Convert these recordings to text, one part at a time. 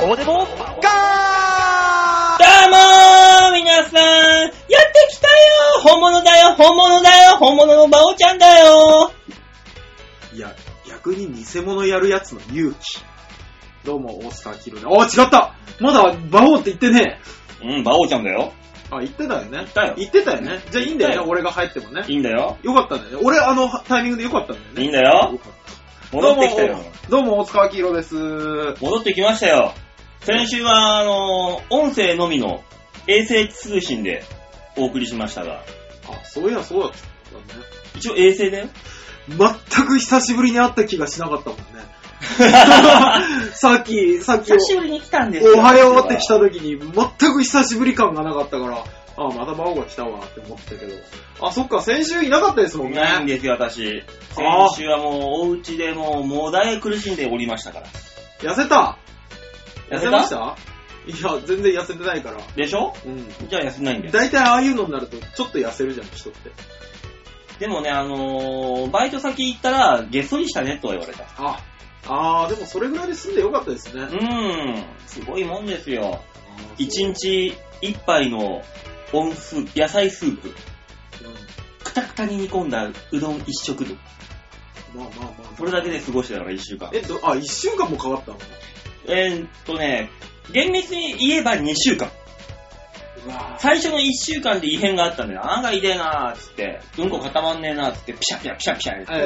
こうでもガー。 どうもー皆さん、やってきたよ。本物だよ、本物だよ、本物のバオちゃんだよ。 いや、逆に偽物やるやつの勇気。どうも、大塚明ね。あ、違った。まだ、バオって言ってねバオちゃんだよ。 あ、言ってたよね。 言ったよ。 言ってたよね。じゃあいいんだよね、俺が入ってもね。 いいんだよ。 よかったんだよね。俺、タイミングでよかったんだよね。 いいんだよ。 よかった戻ってきたよ。 どうも、大塚明です。 戻ってきましたよ。先週は、音声のみの衛星通信でお送りしましたが。 あ、そういや、そうだったんだね。 一応衛星だよ。 全く久しぶりに会った気がしなかったもんね。さっき、 久しぶりに来たんですよ。 おはようって来た時に、全く久しぶり感がなかったから、あ、またバオが来たわって思ってたけど。あ、そっか、先週いなかったですもんね。 いないんですよ、私。先週はもう、お家でもだえ苦しんでおりましたから。 痩せた？ 痩せました？いや、全然痩せてないから。 でしょ？ うん。 じゃあ痩せないんだよ。 大体ああいうのになると、ちょっと痩せるじゃん、人って。 でもね、バイト先行ったら、げっそりしたねとは言われた。 でもそれぐらいで済んでよかったですね。 すごいもんですよ。一日一杯の温スープ、野菜スープ。くたくたに煮込んだうどん一食分。 まあ。 それだけで過ごしてたから1週間。 1週間も変わったの？ 厳密に言えば2週間。最初の1週間で異変があったんだよ。なんか痛えなーっつって、うんこ固まんねえなーっつって、ピシャピシャピシャピシャ言って。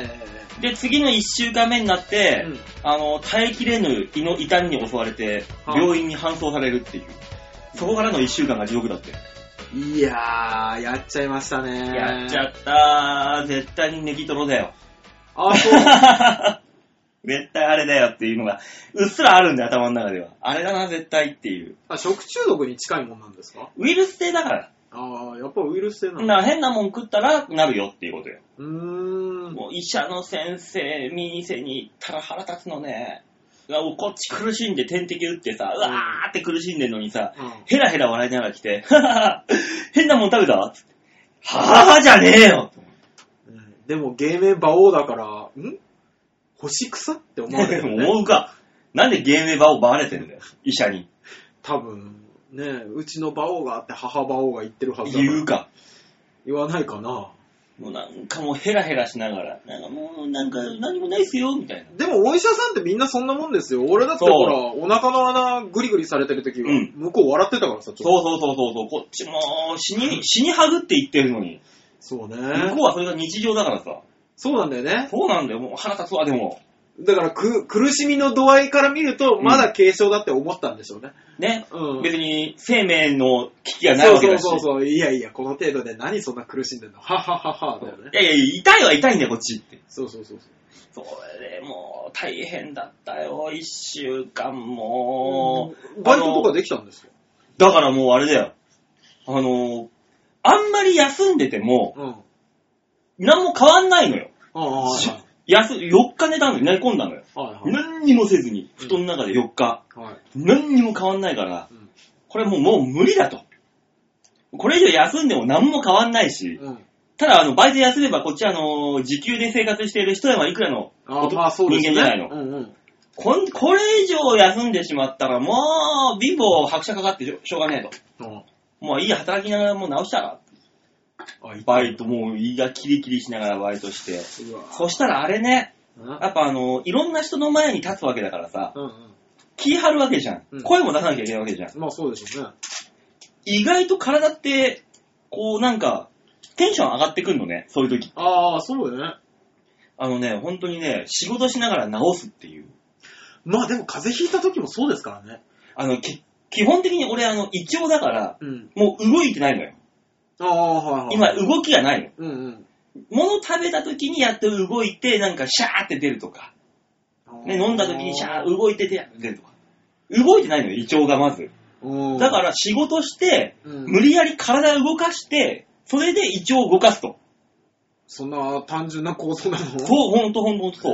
で、次の1週間目になって、耐えきれぬ胃の痛みに襲われて、病院に搬送されるっていう。そこからの1週間が地獄だって。 いやー、やっちゃいましたね。 やっちゃったー。絶対にネギトロだよ。 あ、そう。 絶対あれだよっていうのが、うっすらあるんだよ、頭の中では。あれだな、絶対っていう。 食中毒に近いもんなんですか？ ウイルス性だから。 やっぱウイルス性なんだ。変なもん食ったらなるよっていうことよ。 もう医者の先生、店に行ったら腹立つのね。こっち苦しんで点滴打ってさ、うわーって苦しんでんのにさ、ヘラヘラ笑いながら来て、変なもん食べたつって。はぁじゃねえよ。 でも芸名馬王だから、干し草って思われる、ね。 思うか。なんで芸名馬王バレてんだよ、医者に。 多分、ね、うちの馬王があって母馬王が言ってるはずだから。 言うか。 言わないかな。 もうなんかもうヘラヘラしながら、なんか何もないっすよ、みたいな。 でもお医者さんってみんなそんなもんですよ。俺だってほら、お腹の穴グリグリされてる時は、向こう笑ってたからさ、ちょっと。 そう。こっちも死にはぐって言ってるのに。 そうね。 向こうはそれが日常だからさ。 そうなんだよね。 そうなんだよ。もう腹立つわ、でも。 だから苦しみの度合いから見ると、まだ軽症だって思ったんでしょうね。 ね。別に生命の危機がないわけだし。 そう。いや、この程度で何そんな苦しんでんのははははだよね。 いや、痛いは痛いんだよ、こっちって。 そう。 それでもう大変だったよ、1週間も。 バイトとかできたんですか？ だからもうあれだよ。あんまり休んでても、何も変わんないのよ。4日寝込んだのよ。何にもせずに、布団の中で4日。何にも変わんないから、これもう無理だと。これ以上休んでも何も変わんないし、ただバイト休めばこっち時給で生活している人山いくらの人間じゃないの。これ以上休んでしまったらもう貧乏拍車かかってしょうがねえと。もういい働きながらもう直したら。バイトもう胃がキリキリしながらバイトして。そしたらあれね、やっぱいろんな人の前に立つわけだからさ、気張るわけじゃん。声も出さなきゃいけないわけじゃん。 まあそうでしょうね。 意外と体って、こうなんか、テンション上がってくるのね、そういう時。 そうだね。本当にね、仕事しながら治すっていう。 まあでも風邪ひいた時もそうですからね。 基本的に俺胃腸だから、もう動いてないのよ。今動きがないの。物食べた時にやっと動いて、なんかシャーって出るとか。ね、飲んだ時にシャー動いて出るとか。動いてないのよ、胃腸がまず。だから仕事して、無理やり体を動かして、それで胃腸を動かすと。 そんな単純な構造なの？ そう、ほんとそう。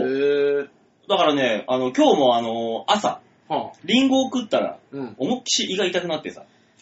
だからね、今日も朝、リンゴを食ったら、思いっきし胃が痛くなってさ。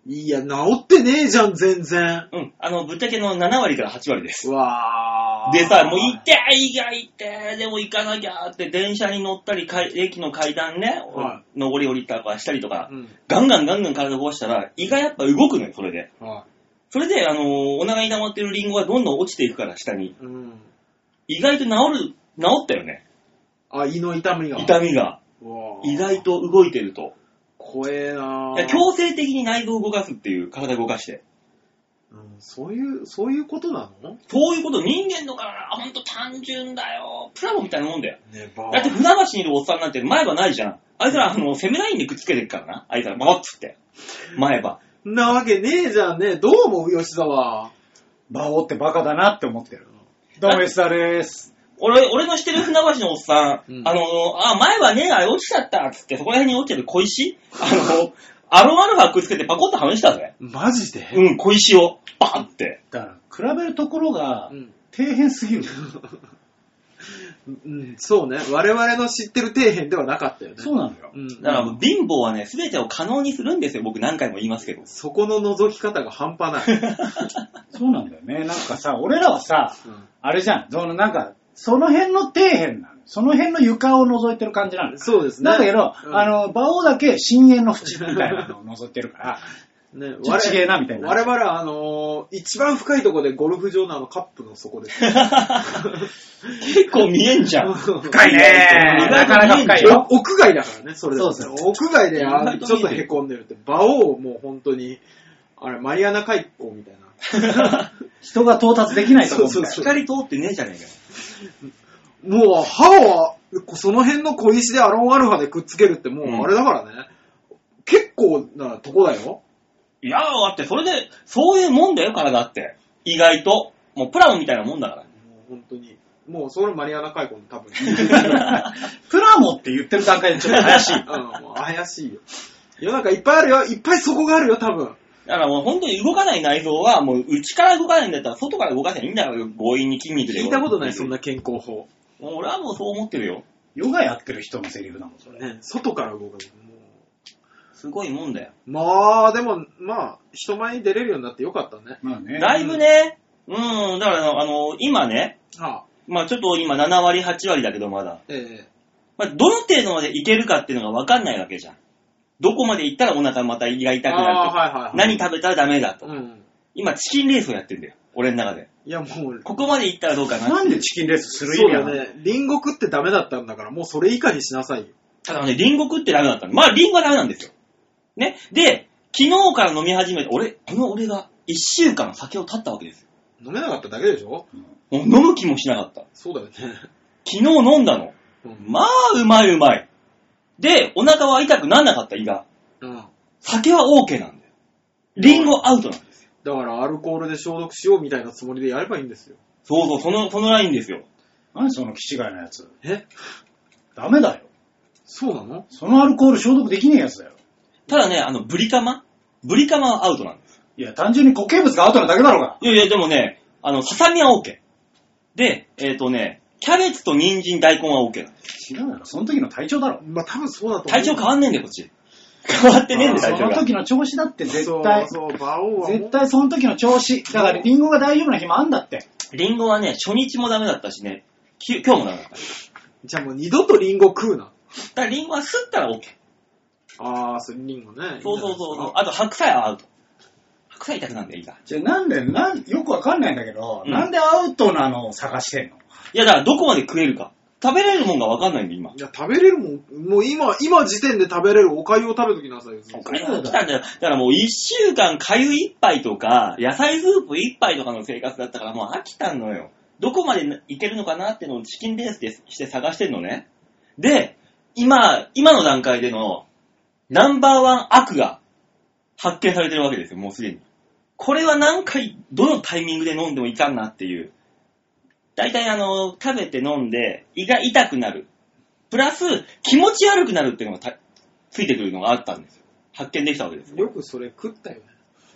いや、治ってねえじゃん、全然。 うん。ぶっちゃけの7割から8割です。 うわー。 でさ、もう痛いが痛い、でも行かなきゃって電車に乗ったり、駅の階段ね、 はい、 上り下りとかしたりとか、 うん、 ガンガン体動かしたら、胃がやっぱ動くのよ、それで。 はい、 それで、お腹に溜まってるリンゴがどんどん落ちていくから、下に。 うん、 意外と治ったよね。 あ、胃の痛みが。 意外と動いてると。 怖えなぁ。 強制的に内臓を動かすっていう、体動かして。 うん、そういうことなの？ そういうこと、人間とか、ほんと単純だよ。プラモみたいなもんだよ。 ね、 だって船橋にいるおっさんなんて前歯ないじゃん。あいつら、セミラインでくっつけてるからな。あいつら、バーッつって。前歯。 なわけねえじゃんね。どう思う吉沢。 バオってバカだなって思ってる。どうも吉沢でーす。 俺の知ってる船橋のおっさん、前歯ねえが落ちちゃったっつって、そこら辺に落ちてる小石アロンアルファくっつけてパコッと離したぜ。 マジで？ うん、小石を。バーって。 だから、比べるところが、底辺すぎる。 うん、そうね。我々の知ってる底辺ではなかったよね。 そうなのよ。 だから貧乏はね、全てを可能にするんですよ。僕何回も言いますけど。 そこの覗き方が半端ない。 そうなんだよね。なんかさ、俺らはさ、あれじゃん。その辺の底辺なの。その辺の床を覗いてる感じなの。 そうですね。 だけど、馬王だけ深淵の縁みたいなのを覗いてるから、 ね、 ちげえなみたいな。 我々は一番深いところでゴルフ場のカップの底です。 結構見えんじゃん。 深いねー。なかなか深いよ。 屋外だからね、それで。 そうそう。 屋外でちょっと凹んでるって、馬王もう本当に、マリアナ海溝みたいな。 人が到達できないところ。 光通ってねえじゃねえかよ。 もう歯は、その辺の小石でアロンアルファでくっつけるってもうあれだからね。結構なとこだよ。 いやだってそれで、そういうもんだよ、体って。意外と。もうプラモみたいなもんだから。もう本当に。もうそれマリアナ海溝の多分。 プラモって言ってる段階でちょっと怪しい。 もう怪しいよ。世の中いっぱいあるよ。いっぱい底があるよ、多分。 だからもう本当に動かない内臓は、もう内から動かないんだったら外から動かせばいいんだから、強引に筋肉で。 聞いたことない、そんな健康法。 もう俺はもうそう思ってるよ。 ヨガやってる人のセリフなの、それ。 ね、外から動かす。 すごいもんだよ。 まあ、でも、人前に出れるようになってよかったね。 まあね。 だいぶね、だから今ね、ちょっと今7割、8割だけどまだ。どの程度までいけるかっていうのが分かんないわけじゃん。どこまで行ったらお腹また胃が痛くなるとか、何食べたらダメだとか。今チキンレースをやってんだよ、俺の中で。 いやもう、 ここまで行ったらどうかな。 なんでチキンレースする意味なの？ そうだね。リンゴ食ってダメだったんだから、もうそれ以下にしなさいよ。 ただね、リンゴ食ってダメだったの。まあリンゴはダメなんですよ。ね。で、昨日から飲み始めて、俺が1週間酒を断ったわけですよ。 飲めなかっただけでしょ？ もう飲む気もしなかった。 そうだよね。 昨日飲んだの。まあ、うまい。で、お腹は痛くなんなかった胃が。酒は OK なんだよ。リンゴアウトなんですよ。 だからアルコールで消毒しようみたいなつもりでやればいいんですよ。 そう、そのラインですよ。 何その気違いなやつ。ダメだよ。 そうなの？ そのアルコール消毒できねえやつだよ。 ただね、ブリカマはアウトなんです。 いや、単純に固形物がアウトなだけだろうが。 いや、でもね、ささみは OK。で、キャベツと人参、大根は OK なんです。 違うだろ、その時の体調だろ。 まあ、多分そうだと思う。 体調変わんねえんだよ、こっち。変わってねえんだよ、体調が。 その時の調子だって、絶対。 そう、馬王は。 絶対その時の調子。だから、リンゴが大丈夫な日もあんだって。 リンゴはね、初日もダメだったしね、今日もダメだった。 じゃあもう二度とリンゴ食うな。 だからリンゴは吸ったら OK。 それリンゴね。 そう。あと白菜はアウト。白菜痛くなんだよ、いいか。 じゃあよくわかんないんだけど、なんでアウトなのを探してんの？ いや、だからどこまで食えるか。食べれるもんがわかんないんだよ、今。 いや、食べれるもん。もう今時点で食べれるお粥を食べときなさいよ。 お粥が来たんだよ。だからもう1週間粥1杯とか、野菜スープ1杯とかの生活だったからもう飽きたのよ。どこまでいけるのかなってのをチキンレースでして探してんのね。で、今の段階でのナンバーワン悪が発見されてるわけですよ、もうすでに。これは何回、どのタイミングで飲んでもいかんなっていう。大体食べて飲んで胃が痛くなる。プラス気持ち悪くなるっていうのがついてくるのがあったんですよ。発見できたわけですよ。 よくそれ食ったよね。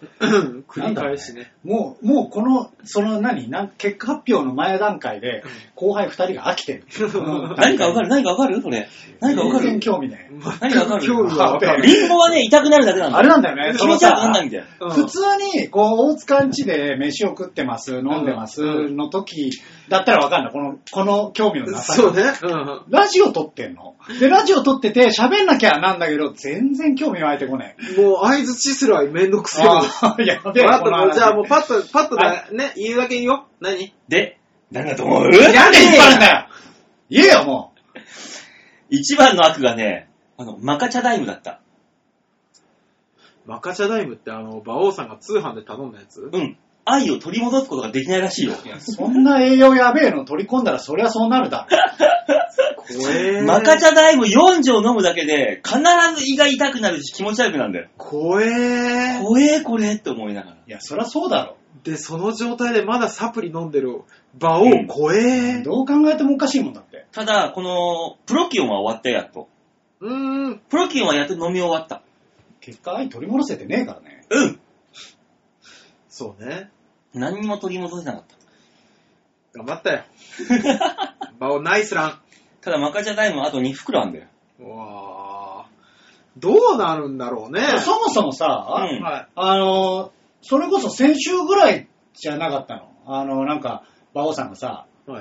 繰り返しね。 もうこの、結果発表の前段階で、後輩2人が飽きてる。 何かわかるそれ。何かわかる全然興味ない。 何かわかる興味はわかる。 リンゴはね、痛くなるだけなんだよ。 あれなんだよね。 気持ち悪くなんないんだよ。 普通に、大塚ん家で飯を食ってます、飲んでます、の時だったらわかんない。この興味のなさ。 そうね。 ラジオ撮ってんの。で、ラジオ撮ってて喋んなきゃなんだけど、全然興味湧いてこない。 もう、相づちすらめんどくせえ。 やべえ。 じゃあもうパッとだね、言い訳言おう。何で、何だと思う？ なんで引っ張るんだよ言えよ、もう。 一番の悪がね、マカチャダイムだった。 マカチャダイムって馬王さんが通販で頼んだやつ？ うん。愛を取り戻すことができないらしいよ。 いや、そんな栄養やべえの取り込んだらそりゃそうなるだろ。 マカチャダイム4錠飲むだけで、必ず胃が痛くなるし気持ち悪くなるんだよ。怖えこれって思いながら。 いや、そりゃそうだろ。 で、その状態でまだサプリ飲んでる馬王、怖え。 どう考えてもおかしいもんだって。 ただ、この、プロキオンは終わったよ、やっと。プロキオンはやっと飲み終わった。 結果、愛取り戻せてねえからね。 うん。 そうね。 何にも取り戻せなかった。 頑張ったよ。馬王ナイスラン。 ただ、マカチャダイムはあと2袋あんだよ。 うわー。どうなるんだろうね。 そもそもさ、 はい、 それこそ先週ぐらいじゃなかったの。なんか、馬王さんがさ、 はい、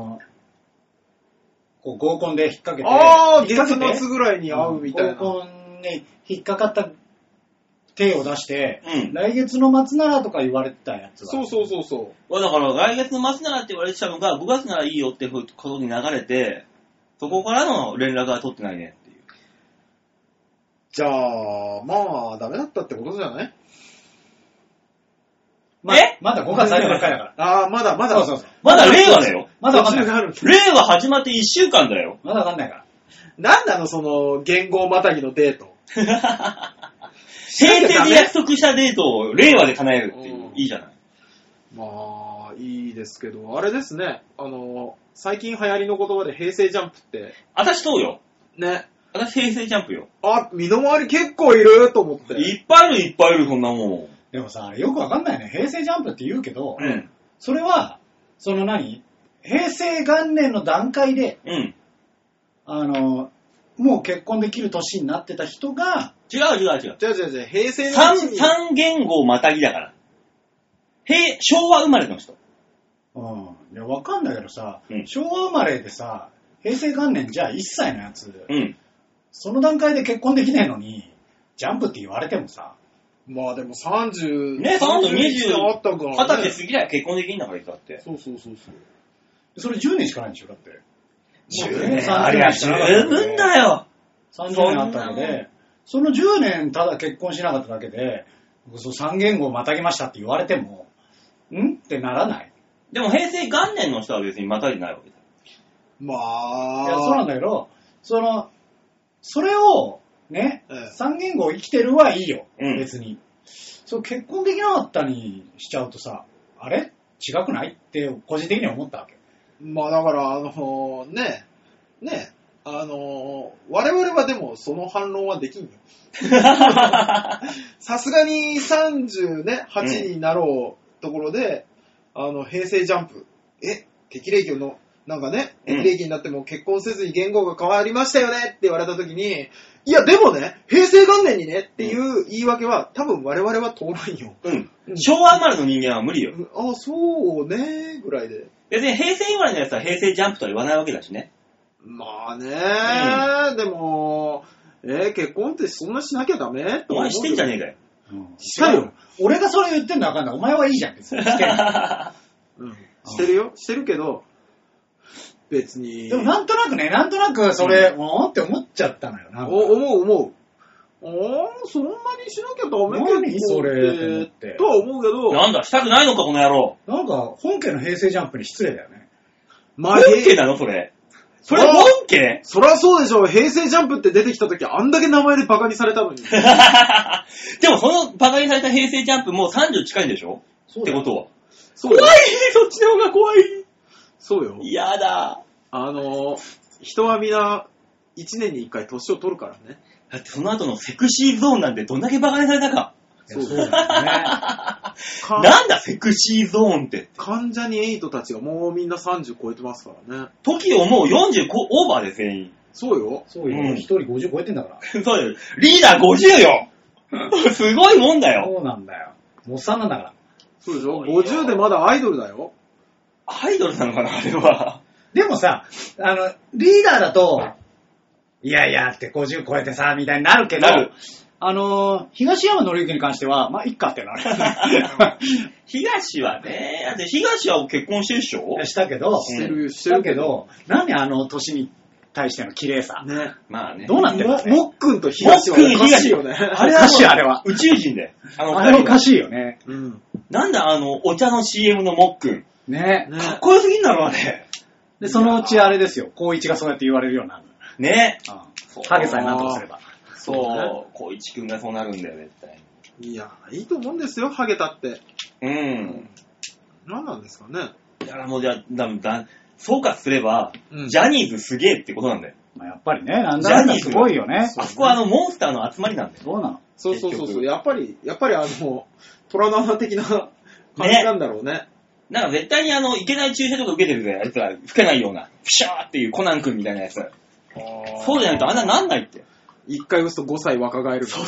合コンで引っ掛けて、 月末ぐらいに会うみたいな。 合コンに引っかかった手を出して、 うん、 来月の末ならとか言われてたやつは。 そう。 だから来月の末ならって言われてたのが5月ならいいよってことに流れて、そこからの連絡は取ってないねっていう。 じゃあ、まあ、ダメだったってことじゃない？ まだ5月入るばっかりだから。 まだ。 そう。 まだ令和だよ。 まだわかんない。 令和始まって1週間だよ。 まだわかんないから。 なんなの、その、言語またぎのデート。 平成で約束したデートを令和で叶えるっていう。いいじゃない。 まあ、いいですけど、あれですね。最近流行りの言葉で平成ジャンプって。 私そうよ。 ね。 私平成ジャンプよ。 身の回り結構いると思って。 いっぱいいる、そんなもん。 でもさ、よくわかんないね。平成ジャンプって言うけど、 うん、 それは、平成元年の段階で、 うん、 もう結婚できる年になってた人が、 違う。 平成の 3言語またぎだから。昭和生まれの人。 いや、わかんないけどさ、 うん、 昭和生まれでさ、平成元年じゃあ1歳のやつ、 うん、 その段階で結婚できないのに、ジャンプって言われてもさ、 まあでも30、 ね、30、 あったから、ね。 20歳過ぎりゃ結婚できんだから、だって。 そう。 それ10年しかないんでしょ、だって。 10年ありゃ十分だよ。 30年あったので、その10年ただ結婚しなかっただけで、3言語をまたぎましたって言われても、んってならない。 でも平成元年の人は別にまたいでないわけだ。 まあ。 いや、そうなんだけど、それを、ね、3言語生きてるはいいよ、別に。結婚できなかったにしちゃうとさ、あれ違くないって個人的には思ったわけ。 まあだから我々はでもその反論はできんよ。さすがに38になろうところで、平成ジャンプ、適齢期の、なんかね、適齢期になっても結婚せずに言語が変わりましたよねって言われたときに、いやでもね、平成元年にねっていう言い訳は多分我々は通らんよ。 昭和生まれの人間は無理よ。 そうね、ぐらいで。 別に平成生まれのやつは平成ジャンプとは言わないわけだしね。 まあね、でも、結婚ってそんなしなきゃダメ？ お前してんじゃねえかよ。 したよ。 俺がそれ言ってんのはわかんない。お前はいいじゃん。してるよ。してるけど、別に。 でもなんとなくそれ、って思っちゃったのよな。 思う。そんなにしなきゃダメ何それってとは思うけど。 なんだ、したくないのか、この野郎。 なんか、本家の平成ジャンプに失礼だよね。 本家なのそれ。それ本家？ そりゃそうでしょ。平成ジャンプって出てきた時あんだけ名前でバカにされたのに。 でもそのバカにされた平成ジャンプもう30近いんでしょ？ってことは。 怖い！ そっちの方が怖い。 そうよ。 やだ。 人はみんな1年に1回年を取るからね。 だってその後のセクシーゾーンなんてどんだけバカにされたか。 そうだよね。 なんだセクシーゾーンって。 関ジャニ∞たちがもうみんな30超えてますからね。 TOKIO もう40オーバーで全員。 そうよ。 そうよ。一人50超えてんだから。 そうよ。リーダー50よすごいもんだよ。 そうなんだよ。もっさんなんだから。 そうでしょ ?50 でまだアイドルだよ。 アイドルなのかなあれは。 でもさ、リーダーだと、いやいやって50超えてさ、みたいになるけど、東山紀之に関しては、まあ、いっかってなる。 東はね、だって東は結婚してるでしょしたけど、 してるけど、何年に対しての綺麗さ。 ね。 まあね。 どうなってるのもっくんと東はおかしいよね。 あれおかしい、あれは。 宇宙人で。 あれおかしいよね。 うん。 なんだお茶の CM のもっくん。 ね。 かっこよすぎんだろ、あれ。 で、そのうちあれですよ。光一がそうやって言われるようになる。 ね。 ハゲさえなんとかすれば。 そう。光一くんがそうなるんだよ、絶対。 いや、いいと思うんですよ、ハゲたって。 うん。 何なんですかね。 だからもうじゃあ、総括すれば、ジャニーズすげえってことなんだよ。 まあ、やっぱりね、なんだかんだすごいよね。 あそこはモンスターの集まりなんだよ。 そうなの。 そう。やっぱり虎の穴的な感じなんだろうね。 なんか絶対にいけない注射とか受けてるぜ、あいつら吹けないような、プシャーっていうコナン君みたいなやつ。そうじゃないとあんななんないって。 一回打つと5歳若返る。 そう。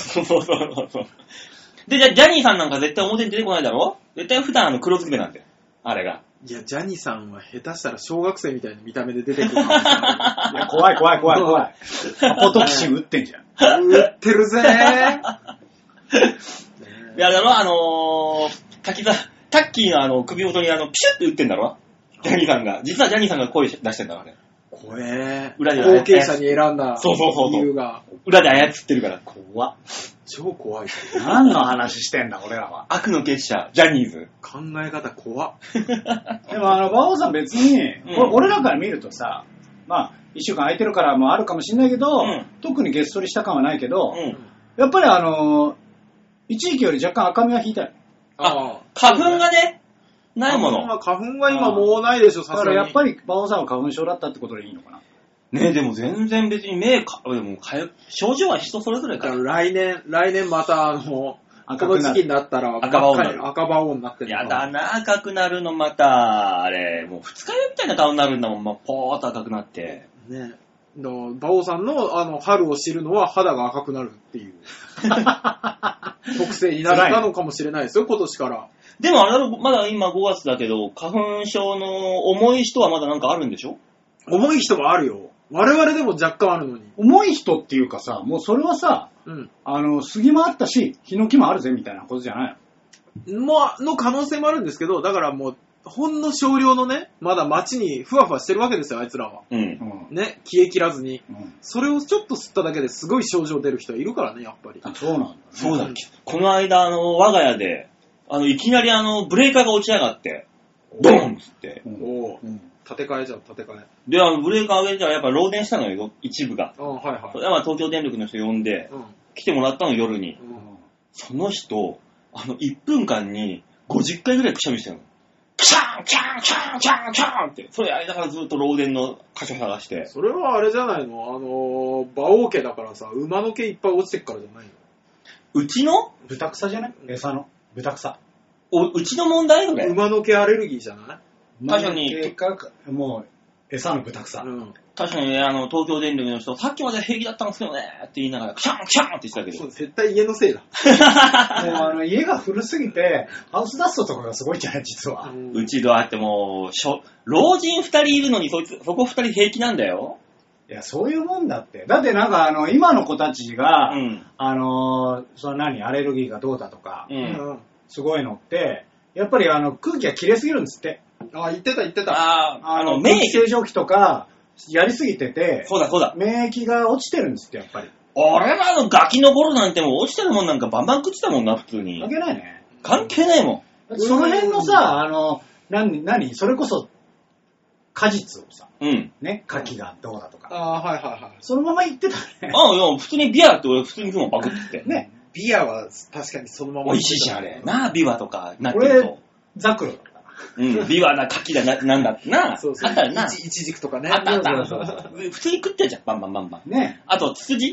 で、じゃあジャニーさんなんか絶対表に出てこないだろ？絶対普段黒ずくめなんだよ。あれが。 いや、ジャニーさんは下手したら小学生みたいな見た目で出てくるかもしれない。 いや、怖い。ポトキシン打ってんじゃん。 打ってるぜいや、だろ、タッキーの首元にピシュって打ってんだろジャニーさんが。実はジャニーさんが声出してんだからね。 怖え。 裏で後継者に選んだ理由が。 裏で操ってるから。 怖っ。 超怖い。 何の話してんだ、俺らは。 悪の結社、ジャニーズ。 考え方怖っ。 でも馬王さん別に、俺らから見るとさ、まあ、一週間空いてるからもあるかもしれないけど、特にゲストりした感はないけど、やっぱり一時期より若干赤みは引いたよ。 花粉がね、ないもの。 花粉は今もうないでしょ、さすがに。 だからやっぱり馬王さんは花粉症だったってことでいいのかな。 ねえ、でも全然別に症状は人それぞれから。 来年またこの時期になったら赤羽青になってる。 やだな、赤くなるのまた、あれ、もう二日酔いみたいな顔になるんだもん、ポーっと赤くなって。 ねえ。馬王さんの春を知るのは肌が赤くなるっていう特性になったのかもしれないですよ、今年から。 でもあれだろ、まだ今5月だけど、花粉症の重い人はまだなんかあるんでしょ？ 重い人もあるよ。我々でも若干あるのに。 重い人っていうかさ、もうそれはさ、杉もあったし、ヒノキもあるぜみたいなことじゃないの？の可能性もあるんですけど、だからもう、ほんの少量のね、まだ街にふわふわしてるわけですよ、あいつらは。ね、消え切らずに。それをちょっと吸っただけですごい症状出る人はいるからね、やっぱり。 そうなんだ、ね。 そうだっけ。この間、我が家で、いきなりブレーカーが落ちやがって、ドーンって。 建て替えじゃん、建て替え。 で、ブレーカー上げたらやっぱ漏電したのよ、一部が。それは東京電力の人呼んで、来てもらったの、夜に。その人、1分間に50回ぐらいくしゃみしてるの。キャーンキャーンキャーンキャーンキャーンって。それやりながらずっと漏電の箇所探して。 それはあれじゃないの？馬王家だからさ、馬の毛いっぱい落ちてっからじゃないの？ うちの？ 豚草じゃない？餌の。豚草。 うちの問題それ？ 馬の毛アレルギーじゃない？ 確かに。 もう、餌の豚草。 確かにね、東京電力の人、さっきまで平気だったんですけどね、って言いながら、キャンキャンって言ってたけど。 そう、絶対家のせいだ。 もう家が古すぎて、ハウスダストとかがすごいじゃない、実は。 うちだってもう、老人2人いるのに、そこ2人平気なんだよ。 いや、そういうもんだって。だってなんか、今の子たちが、アレルギーがどうだとか、すごいのって、やっぱり空気が切れすぎるんですって。 言ってた。 免疫清浄機とか、やりすぎてて、 そうだ。 免疫が落ちてるんですって、やっぱり。 俺らのガキの頃なんてもう落ちてるもんなんかバンバン食ってたもんな、普通に。 関係ないね。 関係ないもん。その辺のさ、それこそ、果実をさ、ね、牡蠣がどうだとか。 はい。 そのまま言ってたね。 いや、普通にビアって俺普通に食うもんバクってね。 ビアは確かにそのまま。 美味しいし、あれ。なあ、ビワとかなってると。 俺、ザクロだった。 ビワな、牡蠣だなんだってな。 そう。 あったらな。 イチジクとかね。 あった。普通に食ってるじゃん、バンバン。 ね。 あと、ツツジ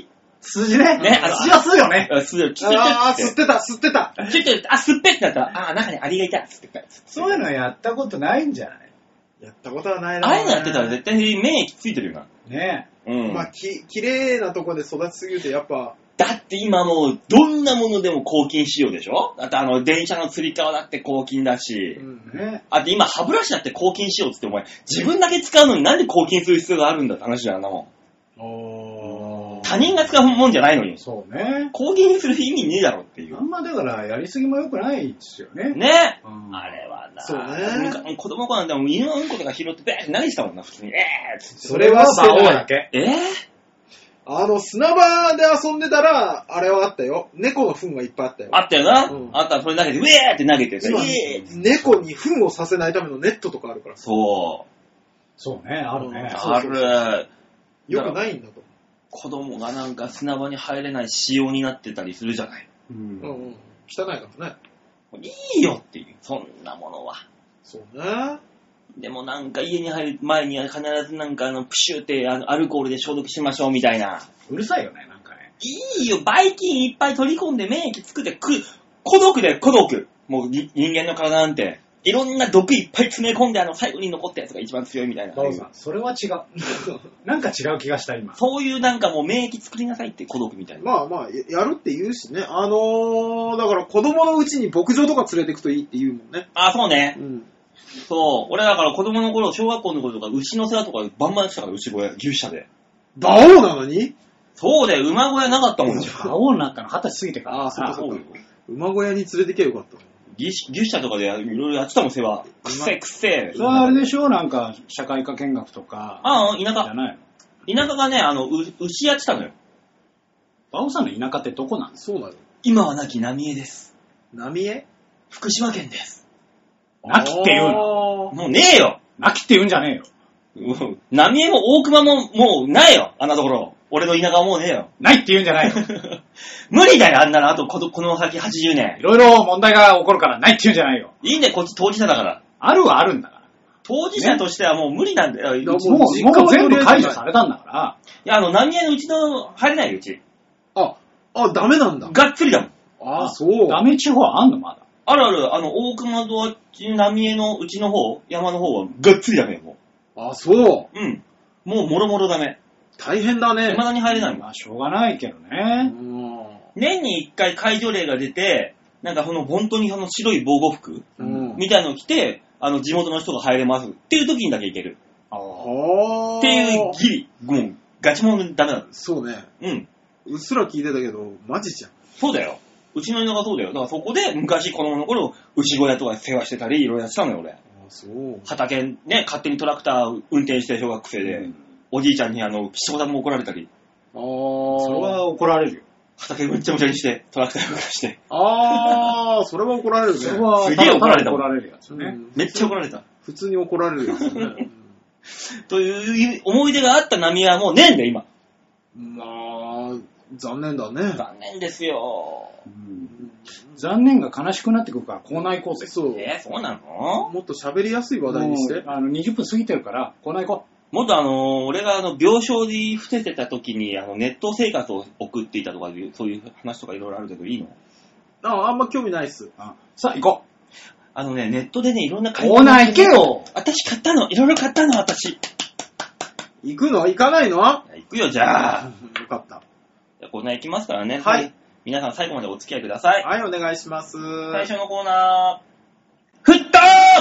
筋ね。 ね、 筋は吸うよね。 吸って吸ってた。吸っぺってなったら、中にアリがいた、吸ってた。 そういうのやったことないんじゃない？ やったことはないな。 ああいうのやってたら絶対免疫ついてるよな。 ねえ。うん。 まあ、綺麗なとこで育ちすぎるとやっぱ。 だって今もう、どんなものでも抗菌仕様でしょ？だって電車のつり革だって抗菌だし。 ね。 あって今、歯ブラシだって抗菌仕様っつってお前、自分だけ使うのになんで抗菌する必要があるんだって話じゃんなもん。他人が使うもんじゃないのに。 そうね。 抗菌する意味ねえだろっていう。 あんまだからやりすぎも良くないですよね。 ね、 あれはな。 そうね。 子供の子なんてもう犬のうんことか拾ってベーって投げてたもんな、普通に。 それは馬王だけ。 砂場で遊んでたら、あれはあったよ。猫の糞がいっぱいあったよ。 あったよな。あったらそれ投げて、ウェーって投げてさ、 猫に糞をさせないためのネットとかあるから。 そうね、あるね。 ある。 よくないんだと。 子供がなんか砂場に入れない仕様になってたりするじゃない。 汚いからね。 いいよっていう、そんなものは。 そうね。 でもなんか家に入る前には必ずなんかプシューってアルコールで消毒しましょうみたいな。 うるさいよね、なんかね。 いいよ、ばい菌いっぱい取り込んで免疫作って孤独で孤独。もう人間の体なんて。いろんな毒いっぱい詰め込んで最後に残ったやつが一番強いみたいな。 それは違う。なんか違う気がした今。 そういうなんかもう免疫作りなさいって孤独みたいな。 まあまあ、やるって言うしね。だから子供のうちに牧場とか連れてくといいって言うもんね。 あ、そうね。 そう。 俺だから子供の頃、小学校の頃とか牛の世話とかバンバンやってたから、牛小屋、牛舎で。 馬王なのに？ そうで、馬小屋なかったもんじゃん。 馬王になったの20歳過ぎてから。 そうよ。馬小屋に連れてきゃよかった。 牛舎とかでいろいろやってたもん、世話。くっせえ。 それはあれでしょ？なんか、社会科見学とか。 田舎。 じゃないの？田舎がね、牛やってたのよ。 馬王さんの田舎ってどこなんですか？ そうなの。 今は亡き浪江です。 浪江？ 福島県です。 亡きって言うの？ もうねえよ。 亡きって言うんじゃねえよ。 浪江も大熊ももうないよ、あんなところ。俺の田舎はもうねえよ。 ないって言うんじゃないよ。 無理だよ、あんなの。あと、この先80年。 いろいろ問題が起こるからないって言うんじゃないよ。 いいんだよ、こっち当事者だから。 あるはあるんだから。 当事者としてはもう無理なんだよ。 もう全部解除されたんだから。 いや、浪江のうちの入れないよ、うち。 ダメなんだ。 がっつりだもん。 そう。 ダメ地方あんのまだ。 ある。大熊とあっち、浪江のうちの方、山の方はがっつりダメよ、もう。そう。 うん。もうもろもろダメ。 大変だね。 未だに入れないもん。 まあ、しょうがないけどね。 年に一回解除令が出て、なんか本当に白い防護服みたいなのを着て、地元の人が入れますっていう時にだけ行ける。っていうギリ。もう、ガチモンダメなの。 そうね。 うん。 うっすら聞いてたけど、マジじゃん。 そうだよ。うちの田舎そうだよ。だからそこで昔子供の頃、牛小屋とか世話してたり、いろいろやってたのよ、俺。 そう。 畑ね、勝手にトラクター運転して小学生で、おじいちゃんに七五三も怒られたり。 それは怒られるよ。 畑むっちゃむちゃにして、トラクター動かして。 それは怒られるね。 それはすげえ怒られた。 怒られるやつね。 めっちゃ怒られた。 普通に怒られるやつね。 という思い出があった波はもうねえんだよ、今。 まあ、残念だね。 残念ですよ。 残念が悲しくなってくるからコーナー行こうぜ。 そう。 そうなの？ もっと喋りやすい話題にして。 20分過ぎてるからコーナー行こう。 もっと俺が病床に伏せてた時にネット生活を送っていたとかそういう話とかいろいろあるけどいいの？ あんま興味ないっす。 さあ行こう。ネットでねいろんな買い物。コーナー行けよ。 私買ったの。いろいろ買ったの私。 行くの？行かないの？行くよじゃあ。 よかった。 じゃあコーナー行きますからね。 はい。 皆さん最後までお付き合いください。 はい、お願いします。 最初のコーナー。フット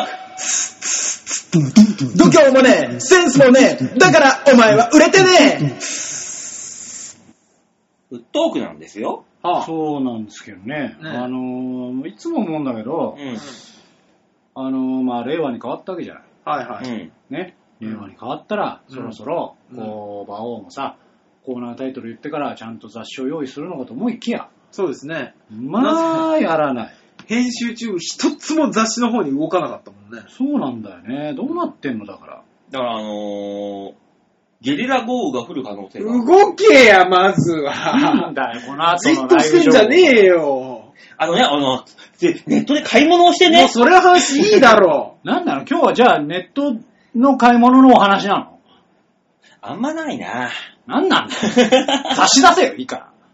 ーク度胸もね、センスもね、だからお前は売れてね。 フットークなんですよ。 そうなんですけどね。いつも思うんだけど、まあ令和に変わったわけじゃない。 はいはい。 ね。令和に変わったら、そろそろ、馬王もさ、コーナータイトル言ってからちゃんと雑誌を用意するのかと思いきや。 そうですね。 まあ、やらない。 編集中一つも雑誌の方に動かなかったもんね。 そうなんだよね。どうなってんのだから。 だからゲリラ豪雨が降る可能性が。 動けや、まずは。 なんだよ、この後のじっとしてんじゃねえよ。 ネットで買い物をしてね。 もうそれは話いいだろう。なんなの今日はじゃあネットの買い物のお話なの？ あんまないな。 なんなんだ雑誌出せよ、いいから。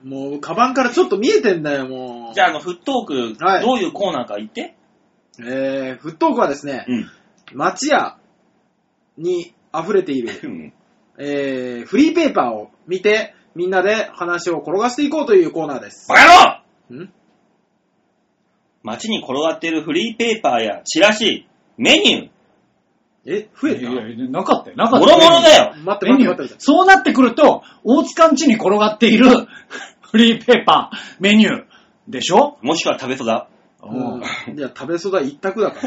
もう、カバンからちょっと見えてんだよ、もう。 じゃあ、フットーク、 はいどういうコーナーか言って。 フットークはですね、町屋に溢れている、フリーペーパーを見て、みんなで話を転がしていこうというコーナーです。 バカ野郎！街に転がっているフリーペーパーやチラシ、メニュー。増えた？ いや、なかったよ。 もろもろだよ。 待って。 そうなってくると、大塚ん家に転がっているフリーペーパー、メニューでしょ？ もしくは食べそだ。 いや、食べそだ一択だから。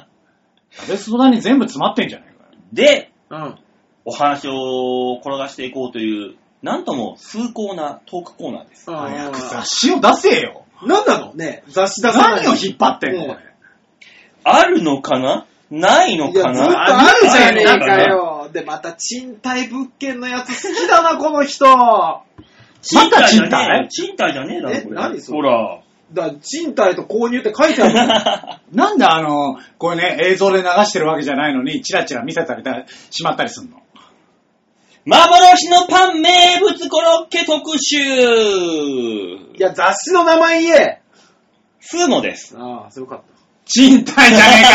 食べそだに全部詰まってんじゃないかよ。 で、お話を転がしていこうという、なんとも崇高なトークコーナーです。 早く雑誌を出せよ。 なんなのね、雑誌出さない。 何を引っ張ってんの、これ。 あるのかな？ないのかな？ いや、ずっとあるじゃねえかよ。で、また賃貸物件のやつ好きだな、この人。 賃貸じゃねえ。賃貸じゃねえだろ、これ。 何それ？ ほら。 賃貸と購入って書いてあるなんでこれね、映像で流してるわけじゃないのに、チラチラ見せたりしまったりすんの？ 幻のパン名物コロッケ特集。 いや、雑誌の名前言え。 スーモです。 ああ、そうよかった。 賃貸じゃね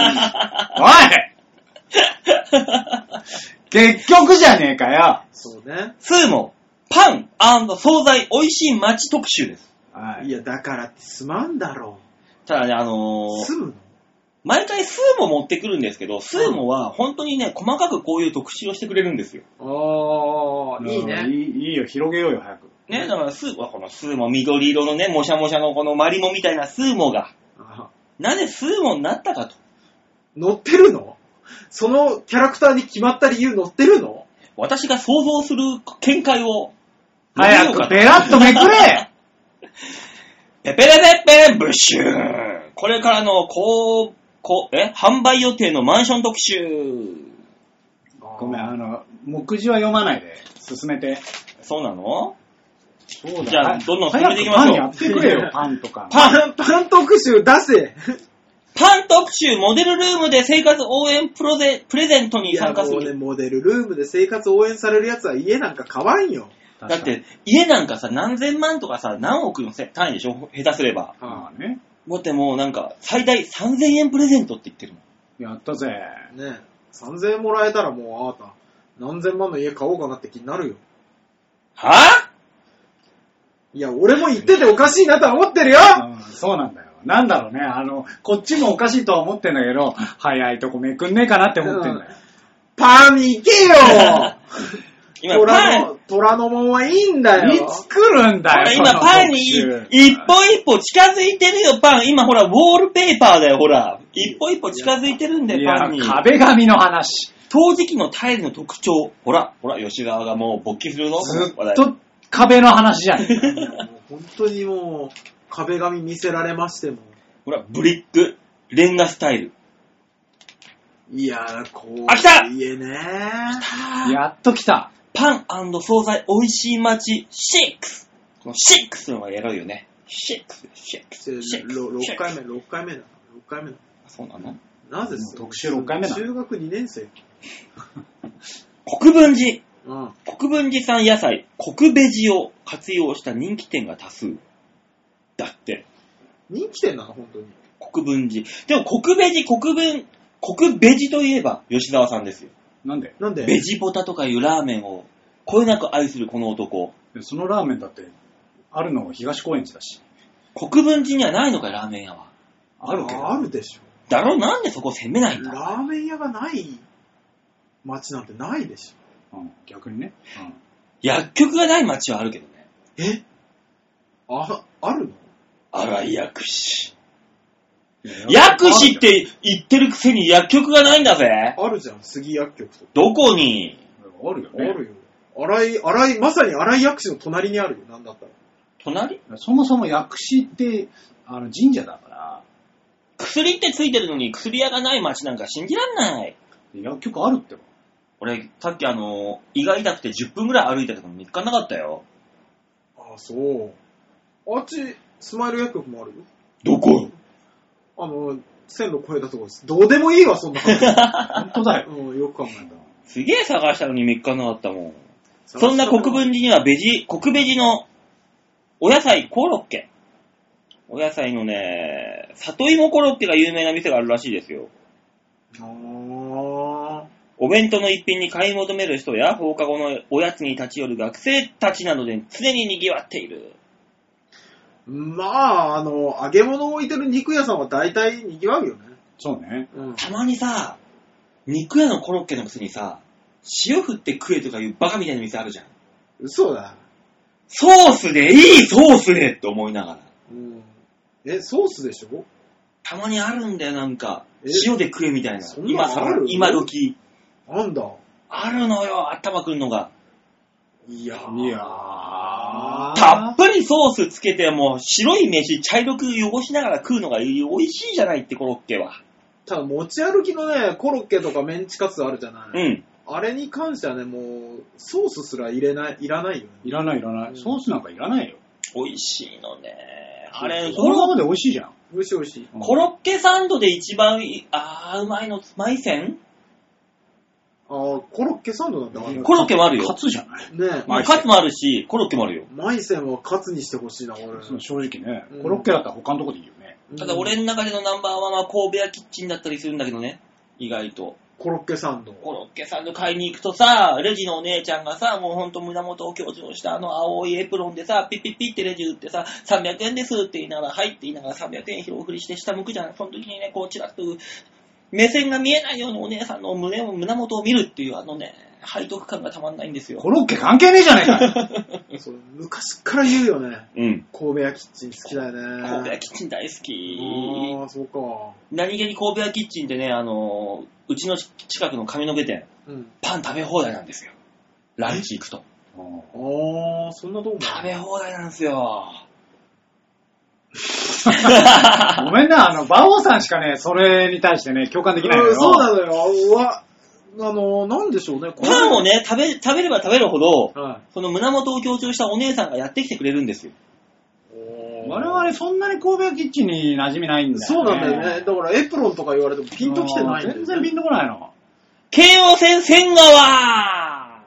えかよおい結局じゃねえかよ。 そうね。 スーモ、パン&惣菜美味しい街特集です。 はい。いや、だからってすまんだろう。ただね、 すむの？ 毎回スーモ持ってくるんですけど、スーモは本当にね、細かくこういう特集をしてくれるんですよ。 いいね。 いいよ、広げようよ、早く。 ね、だからこのスーモ、緑色のね、もしゃもしゃのこのマリモみたいなスーモが、なぜスーモになったかと。 乗ってるの？そのキャラクターに決まった理由乗ってるの？ 私が想像する見解を。 早くペラッとめくれペペレペッペブッシュー。これからの販売予定のマンション特集。 ごめん、目次は読まないで進めて。 そうなの？ そうだ。 じゃあ、どんどん進めていきましょう。 パンやってくれよ、パンとか。 パン特集出せ。 パン特集、モデルルームで生活応援プレゼントに参加する。 いや、もうね、モデルルームで生活応援されるやつは家なんか買わんよ。 だって、家なんかさ、何千万とかさ、何億の単位でしょ？下手すれば。 ああね。 だってもうなんか、最大3000円プレゼントって言ってるもん。やったぜ。 ね、3000円もらえたらもう、あなた、何千万の家買おうかなって気になるよ。 はぁ？ いや、俺も言ってておかしいなとは思ってるよ。 そうなんだよ。なんだろうね、こっちもおかしいとは思ってんだけど、早いとこめくんねえかなって思ってんだよ。 パンに行けよ今虎の門はいいんだよ。 いつ来るんだよ。 今パンに一歩一歩近づいてるよ、パン。今ほら、ウォールペーパーだよ、ほら。一歩一歩近づいてるんだよ、パンに。 壁紙の話。 陶磁器のタイルの特徴。ほら、吉川がもう勃起するぞ。 ずっと壁の話じゃん。 本当にもう、壁紙見せられましても。 ほら、ブリック、レンガスタイル。 いやー、こう。 来た！ いいねー。やっと来た。 パン&惣菜美味しい街6。この6のがやろうよね。 6回目だ。6回目だ。 そうなの？ なぜ特集6回目なの？ 中学2年生。 国分寺。国分寺産野菜、国ベジを活用した人気店が多数。だって。 人気店なの本当に。 国分寺。でも国ベジといえば吉沢さんですよ。 なんでベジボタとかいうラーメンをこよなく愛するこの男。 そのラーメンだってあるの東高円寺だし。 国分寺にはないのかラーメン屋は。 あるけど。あるでしょ。 だろ？なんでそこ攻めないんだ？ ラーメン屋がない街なんてないでしょ。逆にね。 薬局がない街はあるけどね。あるの？ 荒井薬師。薬師って言ってるくせに薬局がないんだぜ。 あるじゃん、杉薬局とか。 どこに？ あるよね。あるよ。まさに荒井薬師の隣にあるよ、なんだったら。 隣？ そもそも薬師って神社だから。 薬ってついてるのに薬屋がない街なんか信じらんない。 薬局あるってば。 俺、さっき胃が痛くて10分ぐらい歩いたけど見つかんなかったよ。 ああ、そう。あっち、スマイル薬局もあるよ。 どこ？ 線路越えたところです。どうでもいいわ、そんな話。 本当だよ。 よく考えた。 すげえ探したのに見つかんなかったもん。そんな国分寺には国ベジのお野菜コロッケ。お野菜のね、里芋コロッケが有名な店があるらしいですよ。お弁当の一品に買い求める人や放課後のおやつに立ち寄る学生たちなどで常に賑わっている。 まあ、揚げ物を置いてる肉屋さんは大体賑わうよね。 そうね。 たまにさ、肉屋のコロッケのくせにさ、塩振って食えとかいうバカみたいな店あるじゃん。 嘘だ。 ソースでいいソースでって思いながら。 ソースでしょ？ たまにあるんだよ、なんか。塩で食えみたいな。 そんなのある？ 今時。 なんだ。 あるのよ、頭くんのが。 いやたっぷりソースつけて、もう白い飯茶色く汚しながら食うのが美味しいじゃないって、コロッケは。 ただ持ち歩きのね、コロッケとかメンチカツあるじゃない。 うん。 あれに関してはね、もう、ソースすらいらないよね。 いらない。ソースなんかいらないよ。 美味しいのね。あれ、 そのままで美味しいじゃん。 美味しい。 コロッケサンドで一番うまいの、マイセン？ コロッケサンドなんだ。 コロッケもあるよ。 カツじゃないね。 カツもあるし、コロッケもあるよ。 マイセンはカツにしてほしいな、俺。 正直ね。コロッケだったら他のとこでいいよね。 ただ俺の中でのナンバーワンは神戸屋キッチンだったりするんだけどね。意外と。 コロッケサンド買いに行くとさ、レジのお姉ちゃんがさ、もうほんと胸元を強調した青いエプロンでさ、ピッピッピッってレジ打ってさ、300円ですって言いながら、はいって言いながら300円広振りして下向くじゃん。その時にね、こうチラッと目線が見えないようにお姉さんの胸元を見るっていう背徳感がたまんないんですよ。 コロッケ関係ねえじゃねえかそう昔から言うよね。 うん。 神戸屋キッチン好きだよね。 神戸屋キッチン大好き。 ああ、そうか。 何気に神戸屋キッチンってね、うちの近くの上野毛店、パン食べ放題なんですよ。ランチ行くと。 ああ、そんなとこも食べ放題なんですよ。 ごめんな、馬王さんしかね、それに対してね、共感できないのよ。 そうなのよ。なんでしょうね。 パンをね、食べれば食べるほど、その胸元を強調したお姉さんがやってきてくれるんですよ。 我々そんなに神戸屋キッチンに馴染みないんだよね。 そうなんだよね。だからエプロンとか言われてもピンときてないんだよね。 全然ピンとこないの。 京王線線川